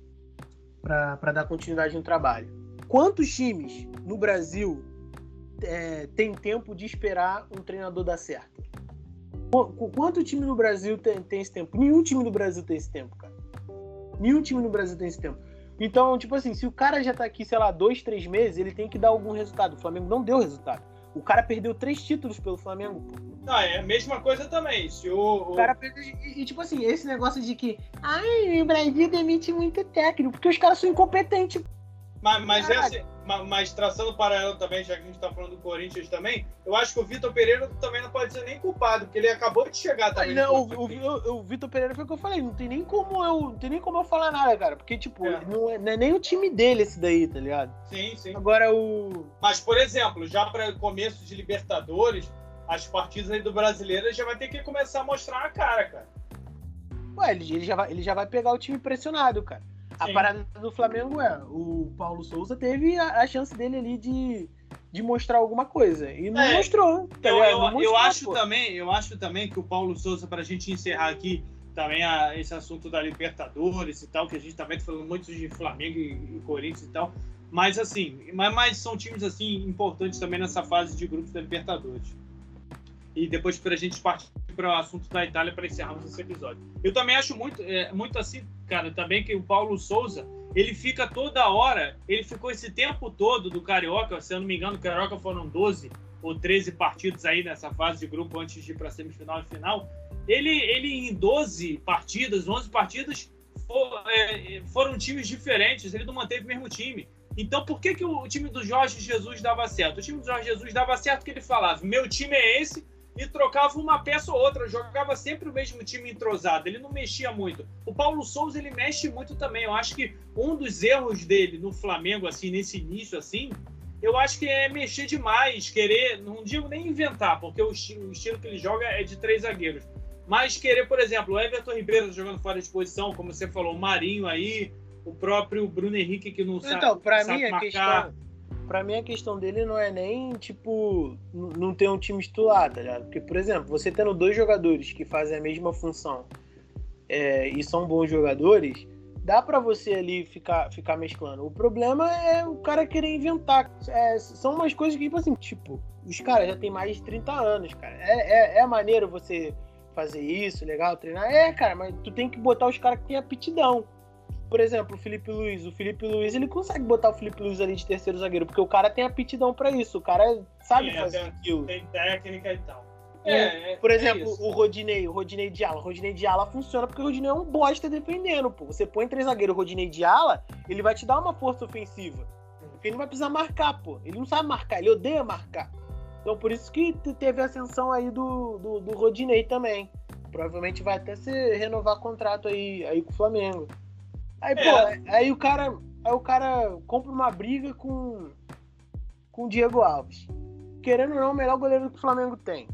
dar continuidade no trabalho. Quantos times no Brasil tem tempo de esperar um treinador dar certo? Quanto time no Brasil tem esse tempo? Nenhum time no Brasil tem esse tempo, cara. Nenhum time no Brasil tem esse tempo. Então, tipo assim, se o cara já tá aqui, sei lá, 2, 3 meses, ele tem que dar algum resultado. O Flamengo não deu resultado. O cara perdeu 3 títulos pelo Flamengo, pô. Não, é a mesma coisa também. Se o cara perdeu... E tipo assim, esse negócio de que o Brasil demite muito técnico, porque os caras são incompetentes. Mas Mas traçando paralelo também, já que a gente está falando do Corinthians também, eu acho que o Vitor Pereira também não pode ser nem culpado, porque ele acabou de chegar também. Não, o Vitor Pereira foi o que eu falei, não tem nem como eu falar nada, cara, porque, tipo, não é nem o time dele esse daí, tá ligado? Sim. Agora Mas, por exemplo, já para começo de Libertadores, as partidas aí do Brasileiro já vai ter que começar a mostrar a cara. Ué, ele já vai pegar o time pressionado, cara. A parada do Flamengo o Paulo Souza teve a chance dele ali de mostrar alguma coisa. E não mostrou. Tá eu acho também que o Paulo Souza, pra gente encerrar aqui também esse assunto da Libertadores e tal, que a gente também tá falando muito de Flamengo e Corinthians e tal. Mas assim, são times assim importantes também nessa fase de grupos da Libertadores. E depois pra gente partir para o assunto da Itália para encerrarmos esse episódio. Eu também acho muito assim, cara, também que o Paulo Souza, ele fica toda hora, ele ficou esse tempo todo do Carioca, se eu não me engano, o Carioca foram 12 ou 13 partidos aí nessa fase de grupo antes de ir para semifinal e final. Ele em 12 partidas, 11 partidas, foram times diferentes, ele não manteve o mesmo time. Então, por que o time do Jorge Jesus dava certo? O time do Jorge Jesus dava certo que ele falava, meu time é esse, e trocava uma peça ou outra, jogava sempre o mesmo time entrosado, ele não mexia muito. O Paulo Souza, ele mexe muito também. Eu acho que um dos erros dele no Flamengo, assim, nesse início, assim, eu acho que é mexer demais, querer, não digo nem inventar, porque o estilo que ele joga é de 3 zagueiros, mas querer, por exemplo, o Everton Ribeiro jogando fora de posição, como você falou, o Marinho aí, o próprio Bruno Henrique que não sabe marcar. Pra mim, a questão dele não é nem, tipo, não ter um time titular, tá ligado? Porque, por exemplo, você tendo 2 jogadores que fazem a mesma função e são bons jogadores, dá pra você ali ficar mesclando. O problema é o cara querer inventar. São umas coisas que, tipo assim, os caras já têm mais de 30 anos, cara. É maneiro você fazer isso, legal, treinar. Cara, mas tu tem que botar os caras que têm aptidão. Por exemplo, o Felipe Luiz, ele consegue botar o Felipe Luiz ali de terceiro zagueiro, porque o cara tem aptidão pra isso, o cara sabe fazer aquilo. Tem técnica e tal. Por exemplo, o Rodinei de ala. O Rodinei de ala funciona porque o Rodinei é um bosta defendendo, pô. Você põe 3 zagueiros, o Rodinei de ala, ele vai te dar uma força ofensiva. Porque ele não vai precisar marcar, pô. Ele não sabe marcar, ele odeia marcar. Então, por isso que teve a ascensão aí do Rodinei também. Provavelmente vai até renovar contrato aí com o Flamengo. Aí o cara compra uma briga com o Diego Alves. Querendo ou não, o melhor goleiro que o Flamengo tem.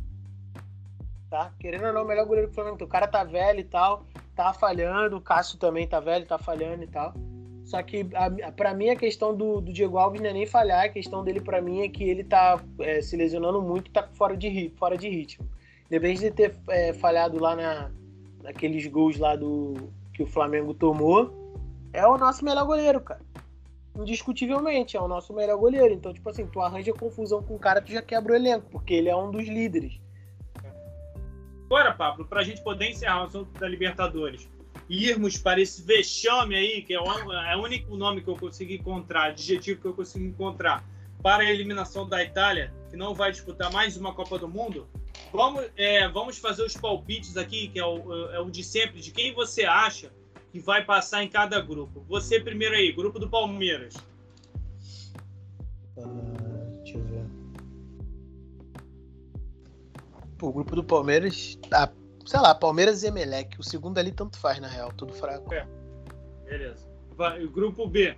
Tá? Querendo ou não, o melhor goleiro que o Flamengo tem. O cara tá velho e tal, tá falhando. O Cássio também tá velho, tá falhando e tal. Só que, pra mim, a questão do Diego Alves não é nem falhar. A questão dele, pra mim, é que ele tá se lesionando muito e tá fora de ritmo. Independente de ter falhado lá naqueles gols lá que o Flamengo tomou, é o nosso melhor goleiro, cara. Indiscutivelmente, é o nosso melhor goleiro. Então, tipo assim, tu arranja confusão com o cara, tu já quebra o elenco, porque ele é um dos líderes. Agora, Pablo, pra gente poder encerrar o assunto da Libertadores e irmos para esse vexame aí, que é o único nome que eu consegui encontrar, adjetivo que eu consegui encontrar para a eliminação da Itália, que não vai disputar mais uma Copa do Mundo, vamos fazer os palpites aqui, que é o de sempre, de quem você acha que vai passar em cada grupo. Você primeiro aí, grupo do Palmeiras. Deixa eu ver. Pô, o grupo do Palmeiras, sei lá, Palmeiras e Emelec. O segundo ali tanto faz, na real, tudo fraco. Beleza. O grupo B.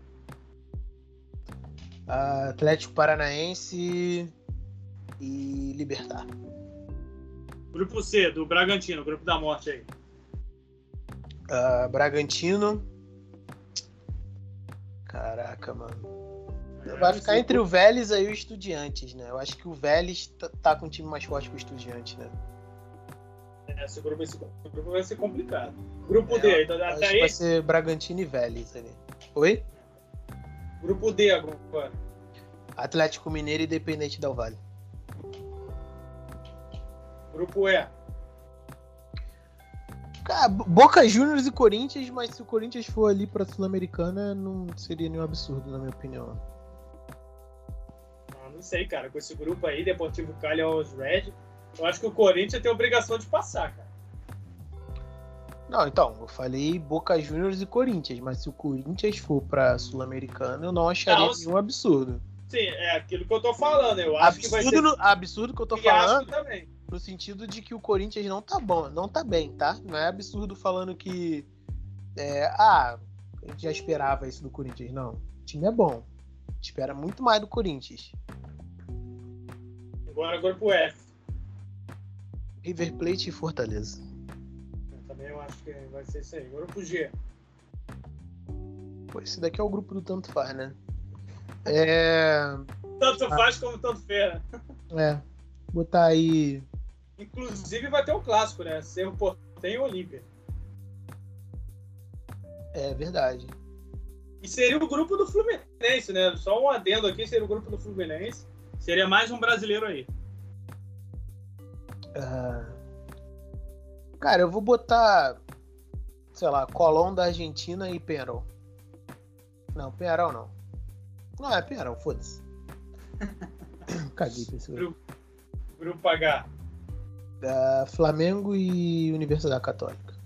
Atlético Paranaense e Libertad. Grupo C, do Bragantino, grupo da morte aí. Bragantino. Caraca, mano. Vai ficar entre o Vélez e o Estudiantes, né? Eu acho que o Vélez tá com um time mais forte que o Estudiantes, né? Esse grupo vai ser complicado. Grupo D, então, até aí. Vai ser Bragantino e Vélez ali. Oi? Grupo D agora. Atlético Mineiro e Independente Del Valle. Grupo E. Cara, Boca Juniors e Corinthians, mas se o Corinthians for ali pra Sul-Americana, não seria nenhum absurdo, na minha opinião. Não sei, cara. Com esse grupo aí, Deportivo Cali aos Red, eu acho que o Corinthians tem a obrigação de passar, cara. Não, então, eu falei Boca Juniors e Corinthians, mas se o Corinthians for pra Sul-Americana, eu não acharia nenhum absurdo. Sim, é aquilo que eu tô falando. Eu acho que vai ser... Absurdo que eu tô e falando, acho também. no sentido de que o Corinthians não tá bom, não tá bem, tá? Não é absurdo falando que a gente já esperava isso do Corinthians, não. O time é bom. Espera muito mais do Corinthians. Agora grupo F. River Plate e Fortaleza. Também eu acho que vai ser isso aí. Grupo G. Pô, esse daqui é o grupo do tanto faz, né? Tanto faz como tanto fez. Botar aí... Inclusive vai ter um clássico, né? Cerro Porteño e Olímpia. É verdade. E seria o grupo do Fluminense, né? Só um adendo aqui, seria o grupo do Fluminense. Seria mais um brasileiro aí. Cara, eu vou botar, sei lá, Colón da Argentina e Peñarol. Não, Peñarol não. Não, é Peñarol, foda-se. Caguei pra esse grupo. Grupo H. Flamengo e Universidade Católica.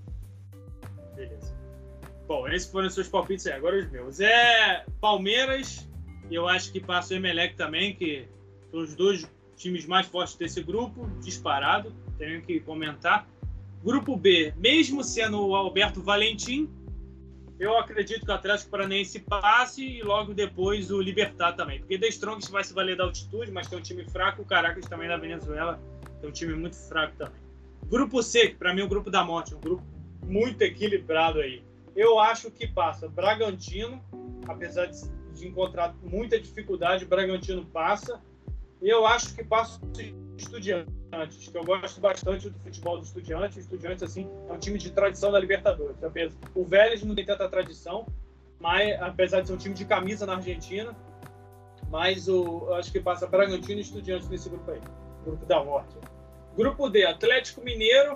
Beleza. Bom, esses foram os seus palpites aí. Agora os meus. Palmeiras, e eu acho que passa o Emelec também, que são os dois times mais fortes desse grupo, disparado. Tenho que comentar. Grupo B, mesmo sendo o Alberto Valentim, eu acredito que o Atlético Paranaense passe e logo depois o Libertad também. Porque The Strongest vai se valer da altitude, mas tem um time fraco. O Caracas também da Venezuela tem um time muito fraco também. Grupo C, que para mim é o grupo da morte, um grupo muito equilibrado aí. Eu acho que passa Bragantino, apesar de encontrar muita dificuldade, o Bragantino passa. E eu acho que passa Estudiantes, que eu gosto bastante do futebol do Estudiantes. O Estudiantes, assim, é um time de tradição da Libertadores. O Vélez não tem tanta tradição, mas, apesar de ser um time de camisa na Argentina, mas eu acho que passa Bragantino e Estudiantes nesse grupo aí. Grupo da morte. Grupo D, Atlético Mineiro.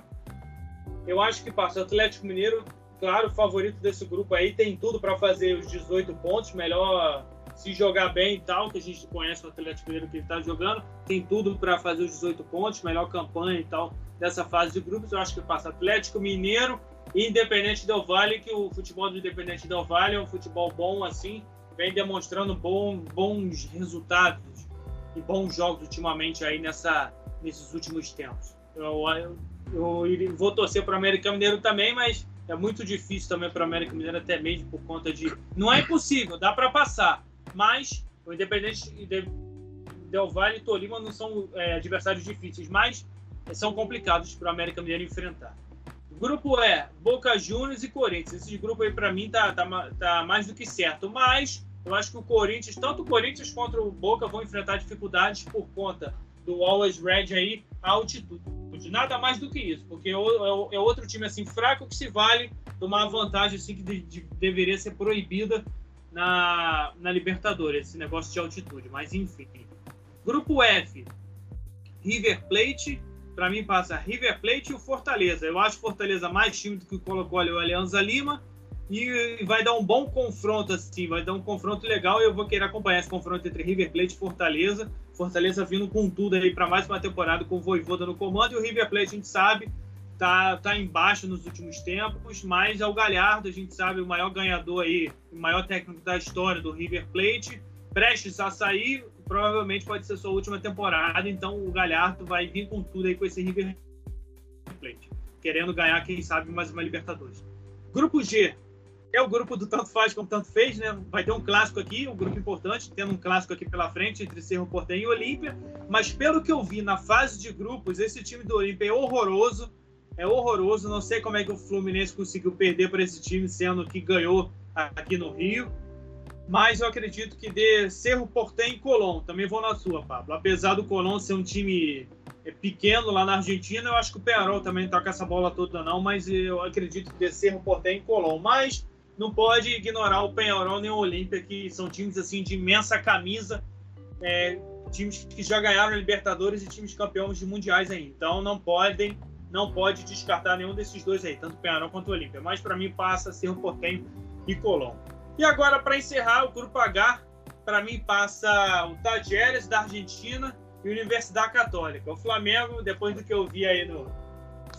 Eu acho que passa Atlético Mineiro, claro, favorito desse grupo aí, tem tudo para fazer os 18 pontos, melhor se jogar bem e tal, que a gente conhece o Atlético Mineiro que ele está jogando, tem tudo para fazer os 18 pontos, melhor campanha e tal dessa fase de grupos. Eu acho que passa Atlético Mineiro e Independente Del Valle, que o futebol do Independente Del Valle é um futebol bom, assim, vem demonstrando bons resultados e bons jogos ultimamente aí nesses últimos tempos. Eu vou torcer para o América Mineiro também, mas é muito difícil também para o América Mineiro, até mesmo por conta de... Não é impossível, dá para passar, mas o Independente Del Valle e Tolima não são adversários difíceis, mas são complicados para o América Mineiro enfrentar. O grupo Boca Juniors e Corinthians. Esse grupo aí, para mim, tá mais do que certo, mas eu acho que o Corinthians, tanto o Corinthians quanto o Boca, vão enfrentar dificuldades por conta do Always Red aí, a altitude. Nada mais do que isso, porque é outro time assim fraco que se vale tomar vantagem assim que deveria ser proibida na Libertadores, esse negócio de altitude, mas enfim. Grupo F, River Plate, para mim passa River Plate e o Fortaleza. Eu acho o Fortaleza mais time do que colocou ali o Alianza Lima e vai dar um bom confronto assim, vai dar um confronto legal e eu vou querer acompanhar esse confronto entre River Plate e Fortaleza. Fortaleza vindo com tudo aí para mais uma temporada com o Vojvoda no comando, e o River Plate, a gente sabe, tá embaixo nos últimos tempos, mas é o Galhardo, a gente sabe, o maior ganhador aí, o maior técnico da história do River Plate, prestes a sair, provavelmente pode ser sua última temporada, então o Galhardo vai vir com tudo aí com esse River Plate, querendo ganhar, quem sabe, mais uma Libertadores. Grupo G, é o grupo do tanto faz como tanto fez, né? Vai ter um clássico aqui, um grupo importante, tendo um clássico aqui pela frente entre Cerro Porteño e Olímpia, mas pelo que eu vi na fase de grupos, esse time do Olímpia é horroroso, não sei como é que o Fluminense conseguiu perder para esse time, sendo que ganhou aqui no Rio, mas eu acredito que dê Cerro Porteño e Colón, também vou na sua, Pablo, apesar do Colón ser um time pequeno lá na Argentina, eu acho que o Peñarol também não tá com essa bola toda não, mas eu acredito que dê Cerro Porteño e Colón, mas não pode ignorar o Peñarol nem o Olímpia, que são times assim de imensa camisa, times que já ganharam Libertadores e times campeões de mundiais aí. Então não pode descartar nenhum desses dois aí, tanto o Peñarol quanto o Olímpia. Mas para mim passa Cerro Porteño e Colón. E agora, para encerrar, o grupo H, para mim passa o Talleres da Argentina e a Universidade Católica. O Flamengo, depois do que eu vi aí no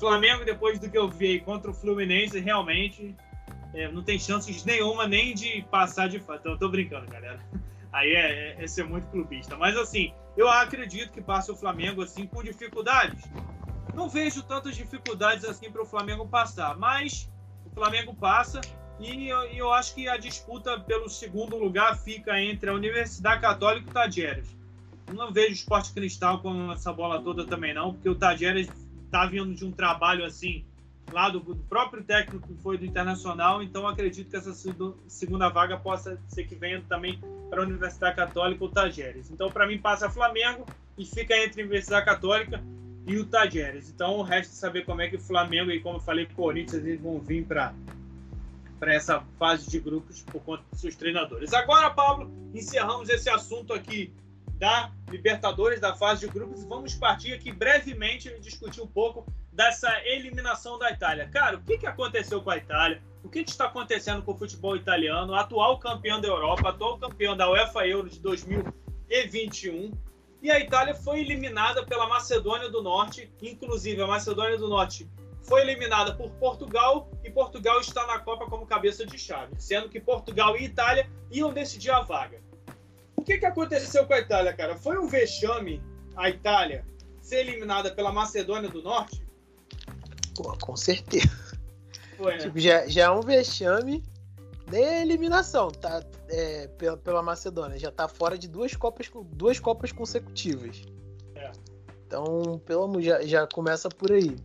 Flamengo, depois do que eu vi contra o Fluminense, realmente não tem chances nenhuma nem de passar de fase. Então, eu tô brincando, galera. Aí é ser muito clubista. Mas, assim, eu acredito que passe o Flamengo, assim, com dificuldades. Não vejo tantas dificuldades, assim, para o Flamengo passar. Mas o Flamengo passa e eu acho que a disputa pelo segundo lugar fica entre a Universidade Católica e o Tadieres. Não vejo o Sport Cristal com essa bola toda também, não, porque o Tadieres tá vindo de um trabalho, assim, lá do próprio técnico que foi do Internacional, então acredito que essa segunda vaga possa ser que venha também para a Universidade Católica ou Tadieres. Então, para mim, passa Flamengo e fica entre a Universidade Católica e o Tadieres. Então, o resto é saber como é que o Flamengo e, como eu falei, o Corinthians, eles vão vir para essa fase de grupos por conta dos seus treinadores. Agora, Pablo, encerramos esse assunto aqui da Libertadores, da fase de grupos, e vamos partir aqui brevemente e discutir um pouco dessa eliminação da Itália. Cara, o que aconteceu com a Itália? O que está acontecendo com o futebol italiano? Atual campeão da Europa, atual campeão da UEFA Euro de 2021. E a Itália foi eliminada pela Macedônia do Norte. Inclusive, a Macedônia do Norte foi eliminada por Portugal e Portugal está na Copa como cabeça de chave, sendo que Portugal e Itália iam decidir a vaga. O que aconteceu com a Itália, cara? Foi um vexame a Itália ser eliminada pela Macedônia do Norte? Pô, com certeza. Foi, né? Tipo, já é um vexame, nem a eliminação, tá? Pela Macedônia. Já tá fora de duas Copas consecutivas. Então, já começa por aí.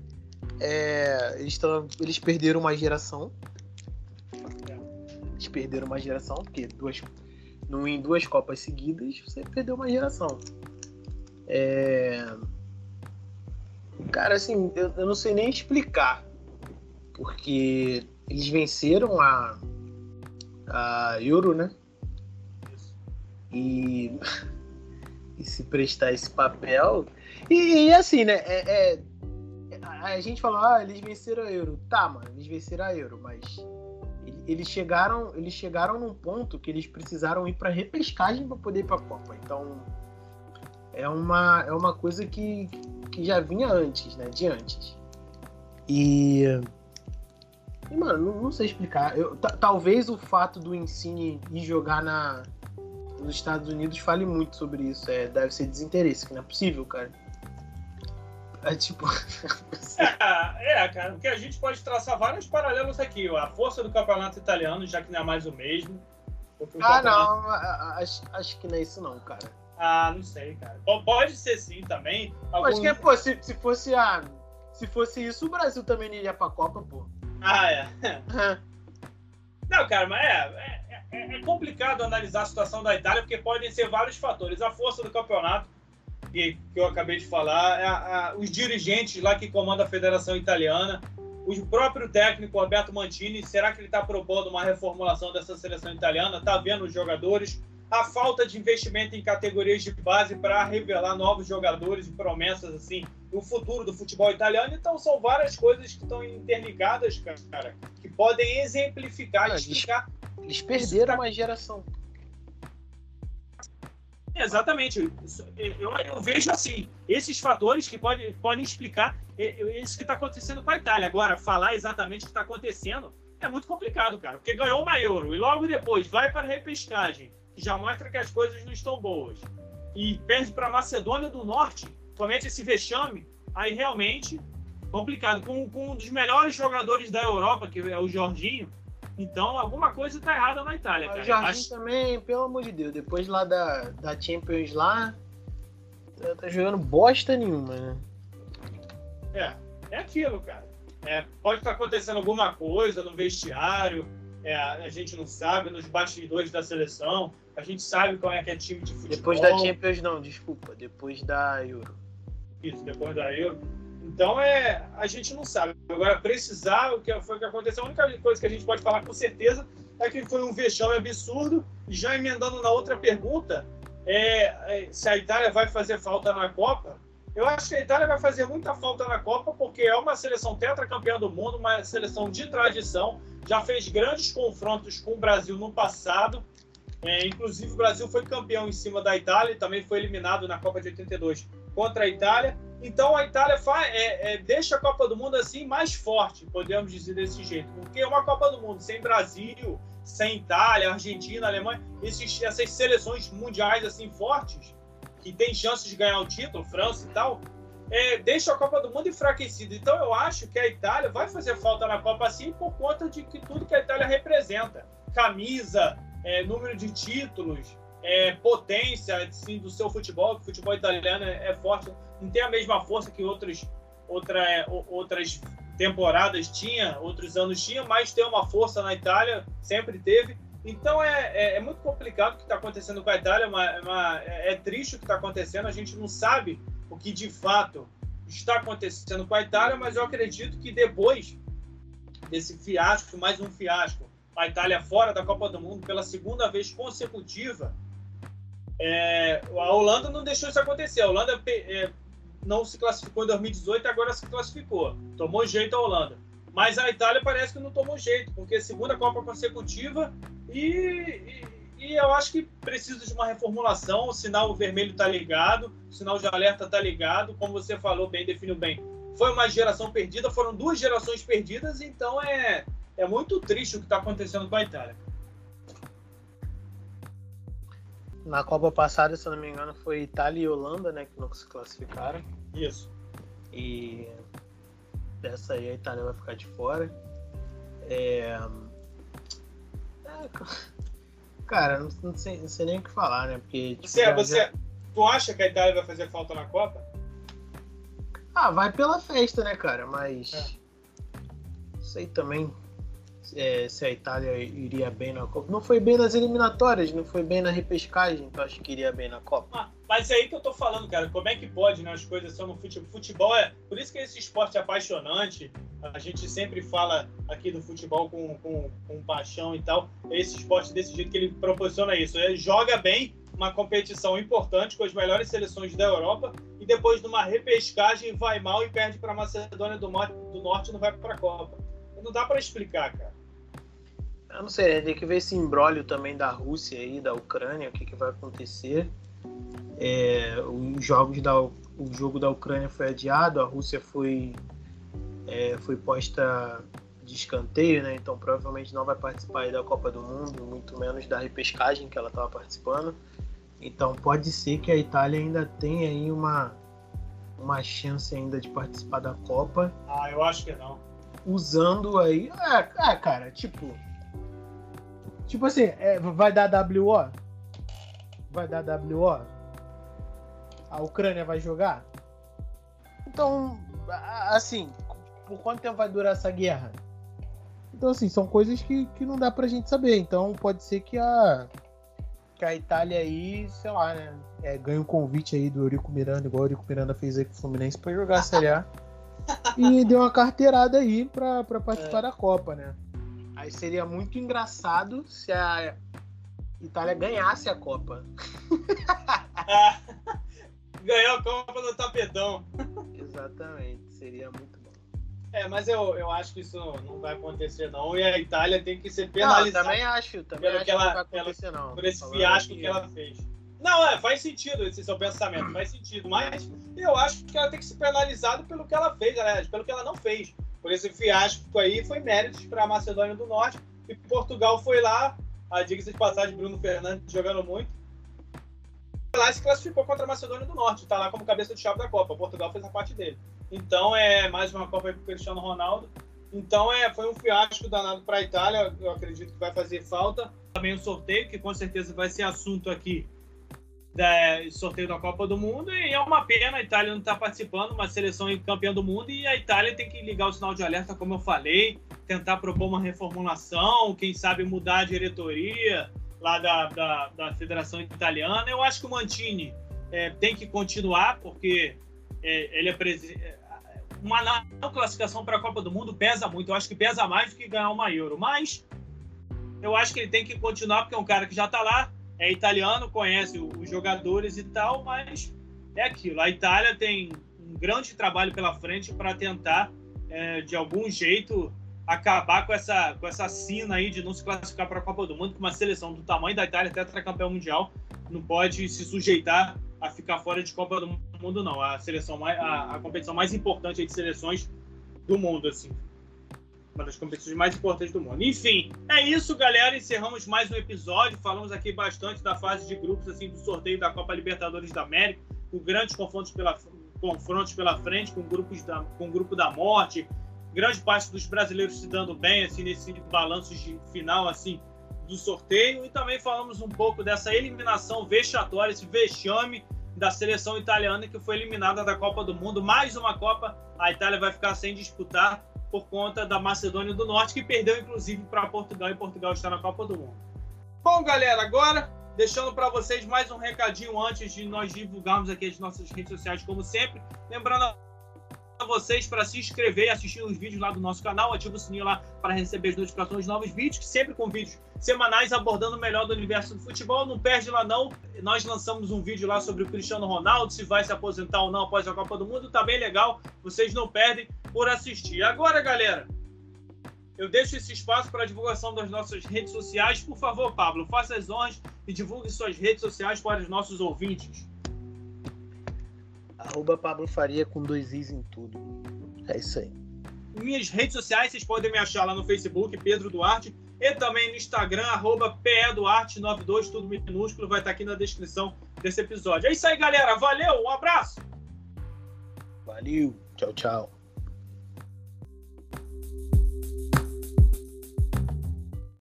Eles perderam uma geração. Eles perderam uma geração, porque em duas Copas seguidas, você perdeu uma geração. Cara, assim, eu não sei nem explicar. Porque eles venceram a Euro, né? E se prestar esse papel... E assim, né? A gente fala, eles venceram a Euro. Tá, mano, eles venceram a Euro, mas... Eles chegaram num ponto que eles precisaram ir para repescagem para poder ir para a Copa. Então é uma coisa que já vinha antes, né? De antes. E mano, não sei explicar. Talvez o fato do Insigne ir jogar nos Estados Unidos fale muito sobre isso. Deve ser desinteresse, que não é possível, cara. Cara, porque a gente pode traçar vários paralelos aqui. A força do campeonato italiano, já que não é mais o mesmo. Não, acho que não é isso não, cara. Não sei, cara. Pode ser sim também. Acho que pô, se fosse isso, o Brasil também iria pra Copa, pô. Não, cara, mas é complicado analisar a situação da Itália, porque podem ser vários fatores. A força do campeonato, que eu acabei de falar, os dirigentes lá que comandam a Federação Italiana, o próprio técnico Alberto Mantini, será que ele está propondo uma reformulação dessa seleção italiana? Está vendo os jogadores? A falta de investimento em categorias de base para revelar novos jogadores e promessas, assim, no futuro do futebol italiano. Então, são várias coisas que estão interligadas, cara, que podem exemplificar e explicar. Eles perderam uma geração. Exatamente. Eu vejo assim, esses fatores que podem explicar isso que está acontecendo com a Itália. Agora, falar exatamente o que está acontecendo é muito complicado, cara, porque ganhou uma Euro e logo depois vai para a repescagem, que já mostra que as coisas não estão boas, e perde para a Macedônia do Norte, comete esse vexame, aí realmente complicado. Com um dos melhores jogadores da Europa, que é o Jorginho. Então, alguma coisa está errada na Itália, cara. O Jorginho também, pelo amor de Deus, depois lá da Champions lá, tá jogando bosta nenhuma, né? É aquilo, cara. Pode estar acontecendo alguma coisa no vestiário, a gente não sabe, nos bastidores da seleção, a gente sabe qual é que é time de futebol. Depois da Champions não, desculpa, depois da Euro. Isso, depois da Euro. Então, a gente não sabe. Agora, precisar, o que aconteceu, a única coisa que a gente pode falar com certeza é que foi um vexame absurdo. E já emendando na outra pergunta, se a Itália vai fazer falta na Copa, eu acho que a Itália vai fazer muita falta na Copa, porque é uma seleção tetracampeã do mundo, uma seleção de tradição, já fez grandes confrontos com o Brasil no passado. Inclusive, o Brasil foi campeão em cima da Itália e também foi eliminado na Copa de 82 contra a Itália. Então a Itália deixa a Copa do Mundo assim mais forte, podemos dizer desse jeito, porque uma Copa do Mundo sem Brasil, sem Itália, Argentina, Alemanha, essas seleções mundiais assim fortes, que tem chances de ganhar o título, França e tal, deixa a Copa do Mundo enfraquecida. Então eu acho que a Itália vai fazer falta na Copa assim por conta de que tudo que a Itália representa, camisa, número de títulos, potência assim, do seu futebol, que o futebol italiano é forte, não tem a mesma força que outras temporadas tinha, outros anos tinha, mas tem uma força na Itália, sempre teve. Então é muito complicado o que está acontecendo com a Itália, é triste o que está acontecendo, a gente não sabe o que de fato está acontecendo com a Itália, mas eu acredito que depois desse fiasco, mais um fiasco, a Itália fora da Copa do Mundo pela segunda vez consecutiva, a Holanda não deixou isso acontecer. A Holanda não se classificou em 2018 e agora se classificou. Tomou jeito a Holanda. Mas a Itália parece que não tomou jeito, porque é a segunda Copa consecutiva e eu acho que precisa de uma reformulação. O sinal vermelho está ligado, o sinal de alerta está ligado. Como você falou bem, definiu bem. Foi uma geração perdida, foram 2 gerações perdidas, então é muito triste o que está acontecendo com a Itália. Na Copa passada, se eu não me engano, foi Itália e Holanda, né, que não se classificaram. Isso. E dessa aí a Itália vai ficar de fora. Cara, não sei nem o que falar, né? Porque, tipo, tu acha que a Itália vai fazer falta na Copa? Vai pela festa, né, cara? Mas não sei também se a Itália iria bem na Copa. Não foi bem nas eliminatórias, não foi bem na repescagem, então acho que iria bem na Copa. Mas é aí que eu tô falando, cara. Como é que pode, né? As coisas são no futebol. Futebol por isso que esse esporte é apaixonante. A gente sempre fala aqui do futebol com paixão e tal. Esse esporte desse jeito que ele proporciona isso. Ele joga bem uma competição importante com as melhores seleções da Europa e depois de uma repescagem vai mal e perde para a Macedônia do Norte e não vai para a Copa. Não dá para explicar, cara. Eu não sei, tem que ver esse imbróglio também da Rússia e da Ucrânia, o que vai acontecer. O jogo da Ucrânia foi adiado, a Rússia foi posta de escanteio, né? Então provavelmente não vai participar aí da Copa do Mundo, muito menos da repescagem que ela estava participando. Então pode ser que a Itália ainda tenha aí uma chance ainda de participar da Copa. Eu acho que não. Usando aí... cara, tipo assim, vai dar WO? Vai dar WO? A Ucrânia vai jogar? Então, assim, por quanto tempo vai durar essa guerra? Então, assim, são coisas que não dá pra gente saber. Então, pode ser que a Itália aí, sei lá, né, ganhe um convite aí do Eurico Miranda, igual o Eurico Miranda fez aí com o Fluminense, pra jogar a Série A. E deu uma carteirada aí pra participar da Copa, né? Aí seria muito engraçado se a Itália ganhasse a Copa. Ganhou a Copa do tapetão. Exatamente, seria muito bom. Mas eu acho que isso não vai acontecer, não. E a Itália tem que ser penalizada. Também acho que não vai acontecer, não. Por esse fiasco que ela fez. Não, faz sentido esse seu pensamento, faz sentido. Mas eu acho que ela tem que ser penalizada pelo que ela fez, aliás, pelo que ela não fez. Por esse fiasco aí, foi méritos para a Macedônia do Norte. E Portugal foi lá, diga-se de passagem, Bruno Fernandes jogando muito. Foi lá e se classificou contra a Macedônia do Norte. Está lá como cabeça de chave da Copa. Portugal fez a parte dele. Então, mais uma Copa aí para o Cristiano Ronaldo. Então, foi um fiasco danado para a Itália. Eu acredito que vai fazer falta. Também o sorteio, que com certeza vai ser assunto aqui. Sorteio da Copa do Mundo, e é uma pena a Itália não estar participando, uma seleção campeã do mundo, e a Itália tem que ligar o sinal de alerta, como eu falei, tentar propor uma reformulação, quem sabe mudar a diretoria lá da Federação Italiana. Eu acho que o Mantini tem que continuar, porque ele uma não classificação para a Copa do Mundo pesa muito, eu acho que pesa mais do que ganhar uma Euro, mas eu acho que ele tem que continuar, porque é um cara que já está lá, é italiano, conhece os jogadores e tal, mas é aquilo. A Itália tem um grande trabalho pela frente para tentar, de algum jeito, acabar com essa sina aí de não se classificar para a Copa do Mundo, que uma seleção do tamanho da Itália, tetracampeão mundial, não pode se sujeitar a ficar fora de Copa do Mundo Mundo não, a competição mais importante de seleções do mundo, assim. Uma das competições mais importantes do mundo. Enfim, é isso, galera. Encerramos mais um episódio. Falamos aqui bastante da fase de grupos, assim, do sorteio da Copa Libertadores da América, com grandes confrontos pela frente, com o grupo da morte, grande parte dos brasileiros se dando bem, assim, nesse balanço de final, assim, do sorteio. E também falamos um pouco dessa eliminação vexatória, esse vexame da seleção italiana que foi eliminada da Copa do Mundo. Mais uma Copa, a Itália vai ficar sem disputar por conta da Macedônia do Norte, que perdeu, inclusive, para Portugal, e Portugal está na Copa do Mundo. Bom, galera, agora, deixando para vocês mais um recadinho antes de nós divulgarmos aqui as nossas redes sociais, como sempre. Lembrando a vocês para se inscrever e assistir os vídeos lá do nosso canal, ativa o sininho lá para receber as notificações de novos vídeos, sempre com vídeos semanais abordando o melhor do universo do futebol. Não perde lá não, nós lançamos um vídeo lá sobre o Cristiano Ronaldo, se vai se aposentar ou não após a Copa do Mundo, tá bem legal, vocês não perdem por assistir. Agora, galera, eu deixo esse espaço para a divulgação das nossas redes sociais. Por favor, Pablo, faça as honras e divulgue suas redes sociais para os nossos ouvintes. @Pablo Faria com 2 Is em tudo. É isso aí. Minhas redes sociais, vocês podem me achar lá no Facebook, Pedro Duarte, e também no Instagram, @PEDuarte92, tudo minúsculo, vai estar aqui na descrição desse episódio. É isso aí, galera. Valeu, um abraço! Valeu, tchau, tchau.